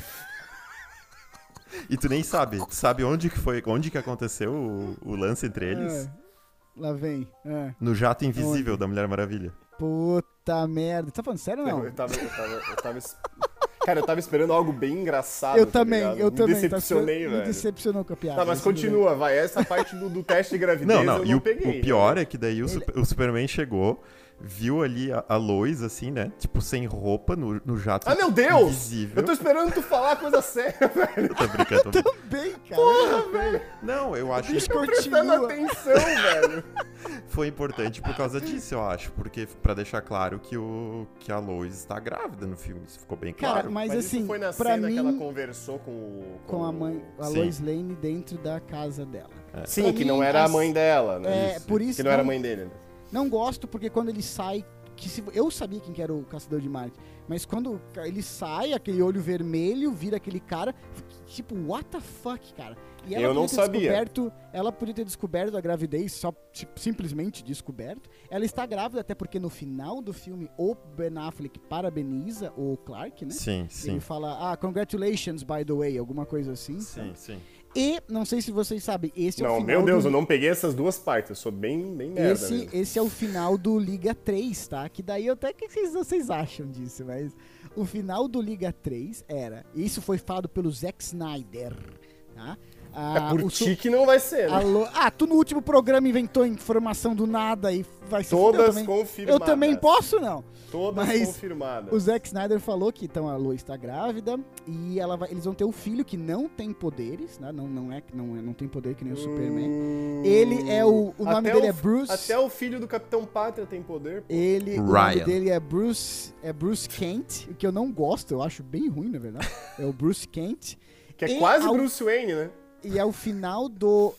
Speaker 3: E tu nem sabe. Tu sabe onde que aconteceu o lance entre eles?
Speaker 2: É. Lá vem. É.
Speaker 3: No jato invisível
Speaker 2: Onde?
Speaker 3: da Mulher Maravilha.
Speaker 2: Puta merda. Tá falando sério ou não?
Speaker 4: Cara, eu tava esperando algo bem engraçado.
Speaker 2: Eu
Speaker 4: tá
Speaker 2: também,
Speaker 4: ligado?
Speaker 2: eu também.
Speaker 4: Me decepcionei,
Speaker 2: Me
Speaker 4: velho.
Speaker 2: decepcionou com a piada.
Speaker 4: Tá, mas
Speaker 2: isso tudo
Speaker 4: continua, vai. Essa parte do teste de gravidez
Speaker 3: Não,
Speaker 4: eu
Speaker 3: e
Speaker 4: não
Speaker 3: o
Speaker 4: peguei.
Speaker 3: pior é que daí o Superman chegou, viu ali a Lois, assim, né? Tipo, sem roupa, no jato
Speaker 4: Ah, meu Deus!
Speaker 3: invisível.
Speaker 4: Eu tô esperando tu falar coisa séria, velho.
Speaker 3: Tô brincando.
Speaker 2: bem. Também, cara.
Speaker 4: Porra, velho.
Speaker 3: Não, eu acho que
Speaker 4: Tô prestando atenção, velho.
Speaker 3: foi importante por causa disso, eu acho. Porque pra deixar claro que a Lois está grávida no filme. Isso ficou bem claro.
Speaker 2: Cara, mas assim,
Speaker 4: isso foi na
Speaker 2: pra
Speaker 4: cena
Speaker 2: mim...
Speaker 4: que ela conversou com
Speaker 2: Com a mãe, a
Speaker 3: Sim.
Speaker 2: Lois Lane dentro da casa dela.
Speaker 4: Sim,
Speaker 2: Pra
Speaker 4: que
Speaker 2: mim,
Speaker 4: não era a
Speaker 2: as-
Speaker 4: mãe dela, né?
Speaker 2: É, por isso
Speaker 4: Que não era a mãe dele. Né?
Speaker 2: Não gosto porque quando ele sai, eu sabia quem que era o Caçador de Marte, mas quando ele sai, aquele olho vermelho, vira aquele cara, tipo, what the fuck, cara? E
Speaker 4: Eu não
Speaker 2: podia ter
Speaker 4: sabia.
Speaker 2: ela podia ter descoberto a gravidez, só simplesmente descoberto. Ela está grávida até porque no final do filme o Ben Affleck parabeniza o Clark, né?
Speaker 3: Sim,
Speaker 2: Ele
Speaker 3: sim.
Speaker 2: fala, congratulations, by the way, alguma coisa assim.
Speaker 3: Sim, sim.
Speaker 2: E, não sei se vocês sabem, esse é o
Speaker 4: Não,
Speaker 2: final
Speaker 4: meu Deus,
Speaker 2: do...
Speaker 4: eu não peguei essas duas partes. Eu sou bem merda mesmo.
Speaker 2: Esse é o final do Liga 3, tá? Que daí eu até o que vocês acham disso, mas o final do Liga 3 era, isso foi falado pelo Zack Snyder, tá?
Speaker 4: É por ti que não vai ser, né?
Speaker 2: Tu no último programa inventou informação do nada e vai ser
Speaker 4: Todas
Speaker 2: eu
Speaker 4: confirmadas.
Speaker 2: também posso, não.
Speaker 4: Todas
Speaker 2: Mas
Speaker 4: confirmadas.
Speaker 2: O Zack Snyder falou que então a Lois está grávida e eles vão ter um filho que não tem poderes, né? Não tem poder que nem o Superman. Ele é o nome dele é Bruce.
Speaker 4: Até o filho do Capitão Pátria tem poder. Pô.
Speaker 2: O nome
Speaker 3: Ryan.
Speaker 2: dele é Bruce Kent, o que eu não gosto, eu acho bem ruim, na verdade. É o Bruce Kent.
Speaker 4: Que é
Speaker 2: E
Speaker 4: quase Bruce Wayne, né?
Speaker 2: E é o final do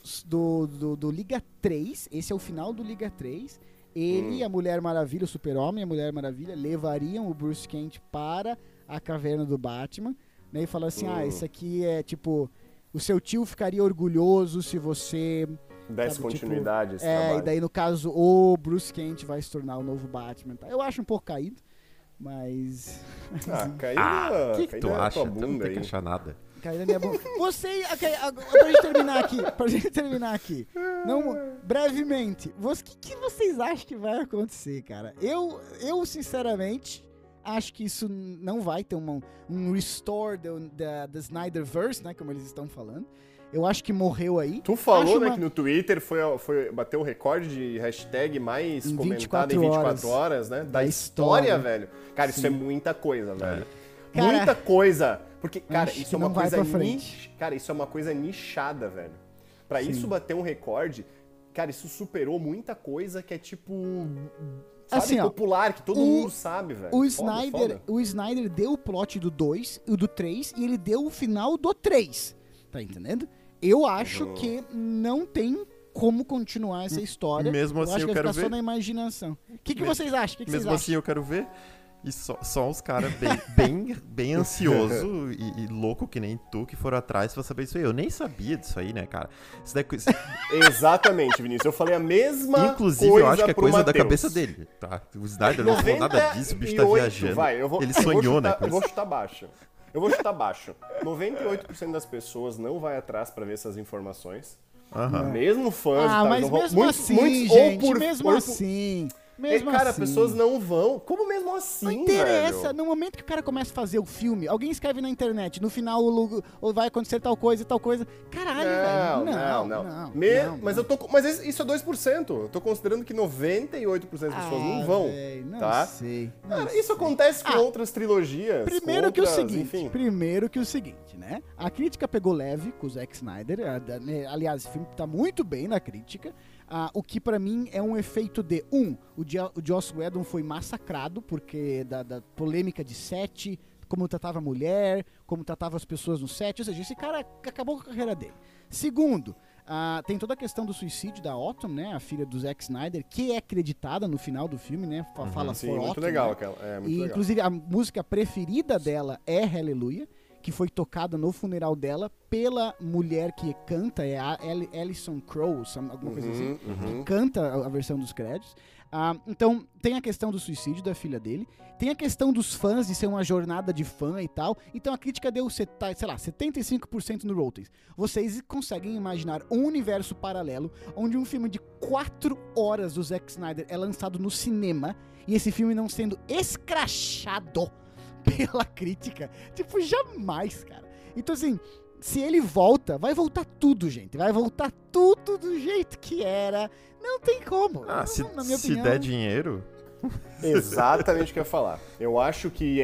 Speaker 2: Liga 3. Esse é o final do Liga 3. Ele, a Mulher Maravilha, o Super-Homem e a Mulher Maravilha levariam o Bruce Kent para a caverna do Batman. Né, e falam assim, isso aqui é tipo... O seu tio ficaria orgulhoso se você...
Speaker 4: Desse
Speaker 2: sabe,
Speaker 4: continuidade
Speaker 2: tipo,
Speaker 4: esse trabalho.
Speaker 2: e daí no caso o Bruce Kent vai se tornar o novo Batman. Tá? Eu acho um pouco caído, mas...
Speaker 4: Ah, caiu
Speaker 3: que tu
Speaker 4: na
Speaker 3: acha?
Speaker 4: tua
Speaker 3: Tu não
Speaker 4: bunda
Speaker 3: tem que
Speaker 4: aí.
Speaker 3: achar nada.
Speaker 2: Caído na minha bunda. Você, pra gente terminar aqui, não, brevemente, o que vocês acham que vai acontecer, cara? Eu sinceramente acho que isso não vai ter um restore da Snyderverse, né, como eles estão falando. Eu acho que morreu aí.
Speaker 4: Tu falou,
Speaker 2: Acho
Speaker 4: né, que no Twitter bateu o recorde de hashtag mais
Speaker 2: Em
Speaker 4: comentada em 24 horas, né? Da
Speaker 2: história,
Speaker 4: história, velho. Cara, isso
Speaker 2: Sim.
Speaker 4: é muita coisa, velho.
Speaker 2: Cara,
Speaker 4: muita coisa. Porque, cara,
Speaker 2: acho
Speaker 4: isso
Speaker 2: que
Speaker 4: é uma
Speaker 2: não vai
Speaker 4: coisa
Speaker 2: pra frente.
Speaker 4: Cara, isso é uma coisa nichada, velho. Pra
Speaker 2: Sim.
Speaker 4: isso bater um recorde, cara, isso superou muita coisa que é tipo... Sabe,
Speaker 2: Assim, ó,
Speaker 4: popular, que todo mundo sabe, velho. Foda.
Speaker 2: O Snyder deu o plot do 2 e o do 3 e ele deu o final do 3. Tá entendendo? Eu acho que não tem como continuar essa história.
Speaker 3: Mesmo assim,
Speaker 2: acho que
Speaker 3: eu
Speaker 2: vai
Speaker 3: quero
Speaker 2: ficar só
Speaker 3: ver.
Speaker 2: na imaginação. O que vocês acham? Que
Speaker 3: Mesmo
Speaker 2: vocês
Speaker 3: assim, eu quero ver. E só os caras bem ansioso e louco que nem tu que foram atrás pra saber isso aí. Eu nem sabia disso aí, né, cara? Isso daí,
Speaker 4: Exatamente, Vinícius. Eu falei a mesma
Speaker 3: inclusive,
Speaker 4: coisa
Speaker 3: eu acho que é
Speaker 4: pro
Speaker 3: coisa da
Speaker 4: Mateus.
Speaker 3: cabeça dele, tá? O Snyder não falou nada disso, o bicho tá
Speaker 4: 98,
Speaker 3: viajando.
Speaker 4: vai,
Speaker 3: Ele sonhou, né?
Speaker 4: Eu vou chutar baixo. 98% das pessoas não vai atrás pra ver essas informações.
Speaker 3: Aham.
Speaker 4: Mesmo fãs e tal,
Speaker 2: mas
Speaker 4: não vão-
Speaker 2: mesmo
Speaker 4: muitos,
Speaker 2: assim,
Speaker 4: muitos,
Speaker 2: gente,
Speaker 4: ou por,
Speaker 2: mesmo
Speaker 4: ou por-
Speaker 2: assim. Mesmo
Speaker 4: cara,
Speaker 2: assim.
Speaker 4: pessoas não vão. Como mesmo assim,
Speaker 2: Não interessa.
Speaker 4: velho?
Speaker 2: No momento que o cara começa a fazer o filme, alguém escreve na internet, no final vai acontecer tal coisa e tal coisa. Caralho, velho. Não.
Speaker 4: Mas isso é 2%. Eu tô considerando que 98% das pessoas não vão.
Speaker 2: Véio, não
Speaker 4: tá?
Speaker 2: sei.
Speaker 4: Cara, isso acontece com outras trilogias.
Speaker 2: Primeiro
Speaker 4: que
Speaker 2: o seguinte, né? A crítica pegou leve com o Zack Snyder. Aliás, o filme tá muito bem na crítica. O que pra mim é um efeito de o Joss Whedon foi massacrado porque da polêmica de set, como tratava a mulher, como tratava as pessoas no set, ou seja, esse cara acabou com a carreira dele. Segundo, tem toda a questão do suicídio da Autumn, né, a filha do Zack Snyder, que é acreditada no final do filme, né, fala
Speaker 4: sim,
Speaker 2: For
Speaker 4: muito
Speaker 2: Autumn,
Speaker 4: legal
Speaker 2: né?
Speaker 4: aquela. Muito
Speaker 2: e
Speaker 4: legal.
Speaker 2: inclusive a música preferida dela é Hallelujah, que foi tocada no funeral dela pela mulher que canta, é a Alison Krauss, alguma coisa assim, que canta a versão dos créditos. Então, tem a questão do suicídio da filha dele, tem a questão dos fãs, de ser uma jornada de fã e tal. Então, a crítica deu, sei lá, 75% no Rotten. Vocês conseguem imaginar um universo paralelo, onde um filme de 4 horas do Zack Snyder é lançado no cinema, e esse filme não sendo escrachado pela crítica? Tipo, jamais, cara. Então, assim, se ele volta, vai voltar tudo, gente. Vai voltar tudo do jeito que era. Não tem como.
Speaker 3: Na minha opinião, der dinheiro...
Speaker 4: Exatamente o que eu ia falar. Eu acho que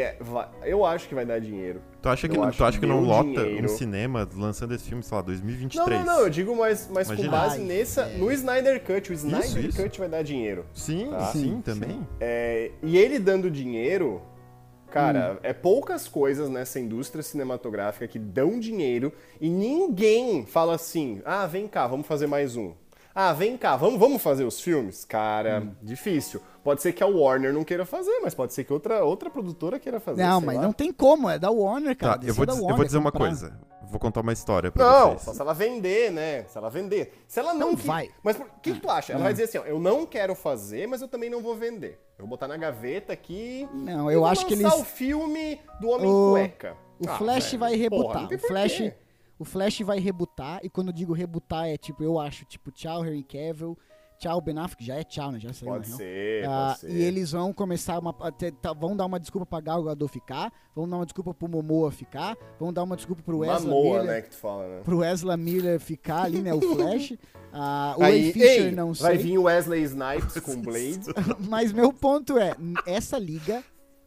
Speaker 4: vai dar dinheiro.
Speaker 3: Tu acha que não lota um cinema lançando esse filme, sei lá, 2023?
Speaker 4: Não, eu digo mais com base no Snyder Cut. O Snyder Cut vai dar dinheiro.
Speaker 3: Sim,
Speaker 4: tá?
Speaker 3: sim, também.
Speaker 4: E ele dando dinheiro... Cara, é poucas coisas nessa indústria cinematográfica que dão dinheiro e ninguém fala assim, vem cá, vamos fazer mais um. Vem cá, vamos fazer os filmes? Cara, difícil. Pode ser que a Warner não queira fazer, mas pode ser que outra produtora queira fazer.
Speaker 2: Não, mas não tem como, é da Warner, cara.
Speaker 3: Tá, eu vou dizer uma coisa. Vou contar uma história pra vocês.
Speaker 4: Não, só se ela vender, né? Se ela vender. Se ela não
Speaker 2: vai.
Speaker 4: Mas o que tu acha? Ela vai dizer assim, ó, eu não quero fazer, mas eu também não vou vender. Eu vou botar na gaveta aqui.
Speaker 2: Não, eu acho que eles...
Speaker 4: o filme do Homem-Cueca.
Speaker 2: O Flash vai rebutar.
Speaker 4: Porra,
Speaker 2: o Flash vai rebutar, e quando eu digo rebutar é tipo, eu acho, tipo, tchau Henry Cavill, tchau Ben Affleck, já é tchau, né? Já saiu,
Speaker 4: pode
Speaker 2: na
Speaker 4: ser.
Speaker 2: E eles vão começar vão dar uma desculpa pra Gal Gadot ficar, vão dar uma desculpa pro Momoa ficar, vão dar uma desculpa pro Ezra Miller,
Speaker 4: né, que tu fala, né?
Speaker 2: Pro Ezra Miller ficar ali, né, o Flash. O Ray Fisher não sei.
Speaker 4: Vai vir o Wesley Snipes com Blade.
Speaker 2: Mas meu ponto é, essa liga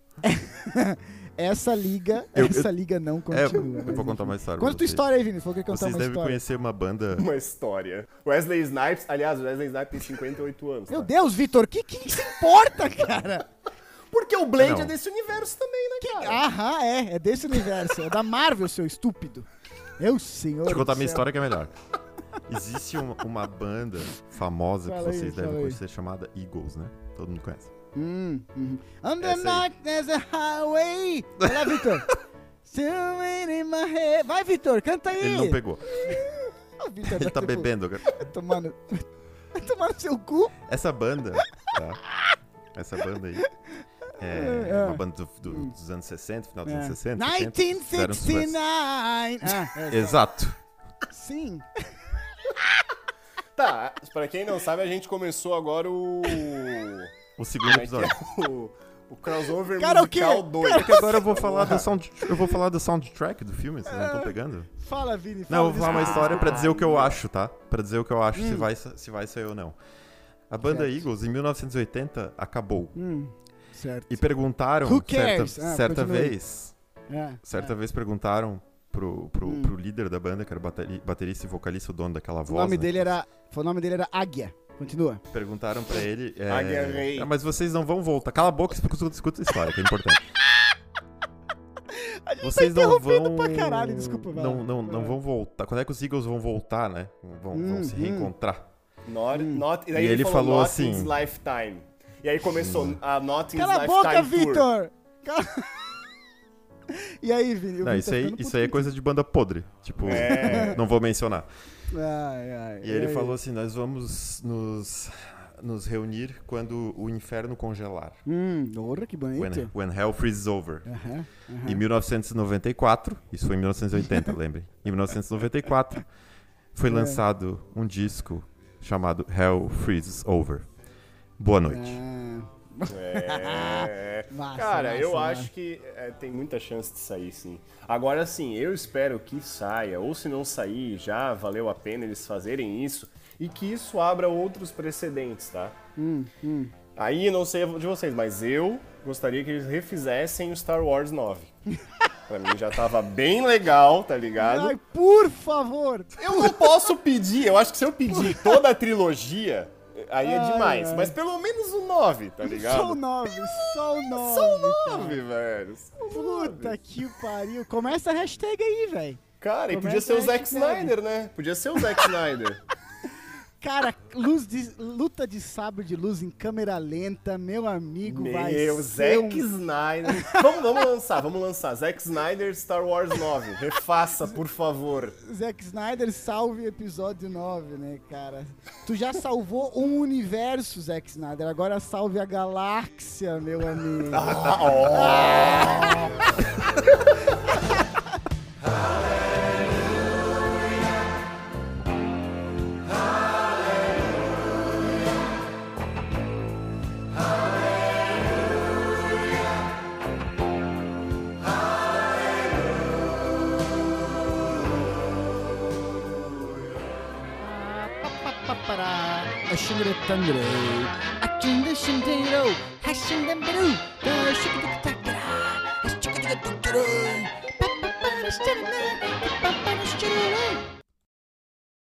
Speaker 2: não continua.
Speaker 3: Eu vou contar uma história.
Speaker 2: Conta tua história aí, Vini.
Speaker 3: Vocês devem conhecer uma banda...
Speaker 4: Uma história. Wesley Snipes, aliás, o Wesley Snipes tem 58 anos.
Speaker 2: Meu Deus, Vitor, que se importa, cara?
Speaker 4: Porque o Blade é desse universo também, né, cara?
Speaker 2: É desse universo. É da Marvel, seu estúpido. Senhor.
Speaker 3: Deixa eu contar minha história que é melhor. Existe uma banda famosa que vocês devem conhecer, chamada Eagles, né? Todo mundo conhece.
Speaker 2: On the night there's a highway. Vai lá, Vitor. Vai, Vitor, canta aí.
Speaker 3: Ele não pegou. Ele tá bebendo, cara.
Speaker 2: Vai tomar no seu cu.
Speaker 3: Essa banda, tá? Essa banda aí é uma banda dos anos 60, final dos anos 60.
Speaker 2: 1969.
Speaker 3: Exato.
Speaker 2: Sim.
Speaker 4: Tá, pra quem não sabe, a gente começou agora o
Speaker 3: segundo episódio.
Speaker 4: O crossover
Speaker 2: Karaokê.
Speaker 4: musical 2.
Speaker 3: É que agora eu vou falar do soundtrack do filme, vocês não estão pegando?
Speaker 2: Fala, Vini.
Speaker 3: Não, eu vou falar uma história pra dizer o que eu acho, tá? Pra dizer o que eu acho, se vai sair ou não. A banda Eagles, em 1980, acabou.
Speaker 2: Certo.
Speaker 3: E perguntaram, certa vez perguntaram pro líder da banda, que era baterista e vocalista, o dono daquela voz.
Speaker 2: O nome dele era Águia. Continua.
Speaker 3: Perguntaram pra ele...
Speaker 4: Águia Rei.
Speaker 3: Mas vocês não vão voltar. Cala a boca e escuta a história, que é importante. Vocês não vão...
Speaker 2: pra caralho, desculpa.
Speaker 3: Não vão voltar. Quando é que os Eagles vão voltar, né? Vão se reencontrar.
Speaker 4: E daí ele falou assim... Not in Lifetime. E aí começou a Not in Lifetime
Speaker 2: Cala a boca, Vitor! E aí, Vini?
Speaker 3: Isso aí é coisa de banda podre. Tipo, não vou mencionar. E ele falou assim, nós vamos nos reunir quando o inferno congelar.
Speaker 2: Que bonito.
Speaker 3: When Hell Freezes Over. Em 1994, isso foi em 1980, lembrem. Em 1994, foi lançado um disco chamado Hell Freezes Over. Boa noite.
Speaker 2: Massa,
Speaker 4: cara, eu acho que tem muita chance de sair, sim. Agora, sim, eu espero que saia, ou se não sair, já valeu a pena eles fazerem isso, e que isso abra outros precedentes, tá? Aí, não sei de vocês, mas eu gostaria que eles refizessem o Star Wars 9. Pra mim já tava bem legal, tá ligado?
Speaker 2: Ai, por favor!
Speaker 4: Eu não posso pedir, eu acho que se eu pedir toda a trilogia, aí é demais. Mas pelo menos o 9, tá ligado?
Speaker 2: Só o 9, só o 9.
Speaker 4: Só o 9, velho.
Speaker 2: Puta que pariu. Começa a hashtag aí, velho.
Speaker 4: Cara, e podia ser o Zack Snyder, né? Podia ser o Zack Snyder.
Speaker 2: Cara, luta de sabre de luz em câmera lenta, meu amigo, vai
Speaker 4: ser Zack Snyder. Vamos lançar. Zack Snyder Star Wars 9. Refaça, por favor.
Speaker 2: Zack Snyder salve episódio 9, né, cara? Tu já salvou um universo, Zack Snyder. Agora salve a galáxia, meu amigo.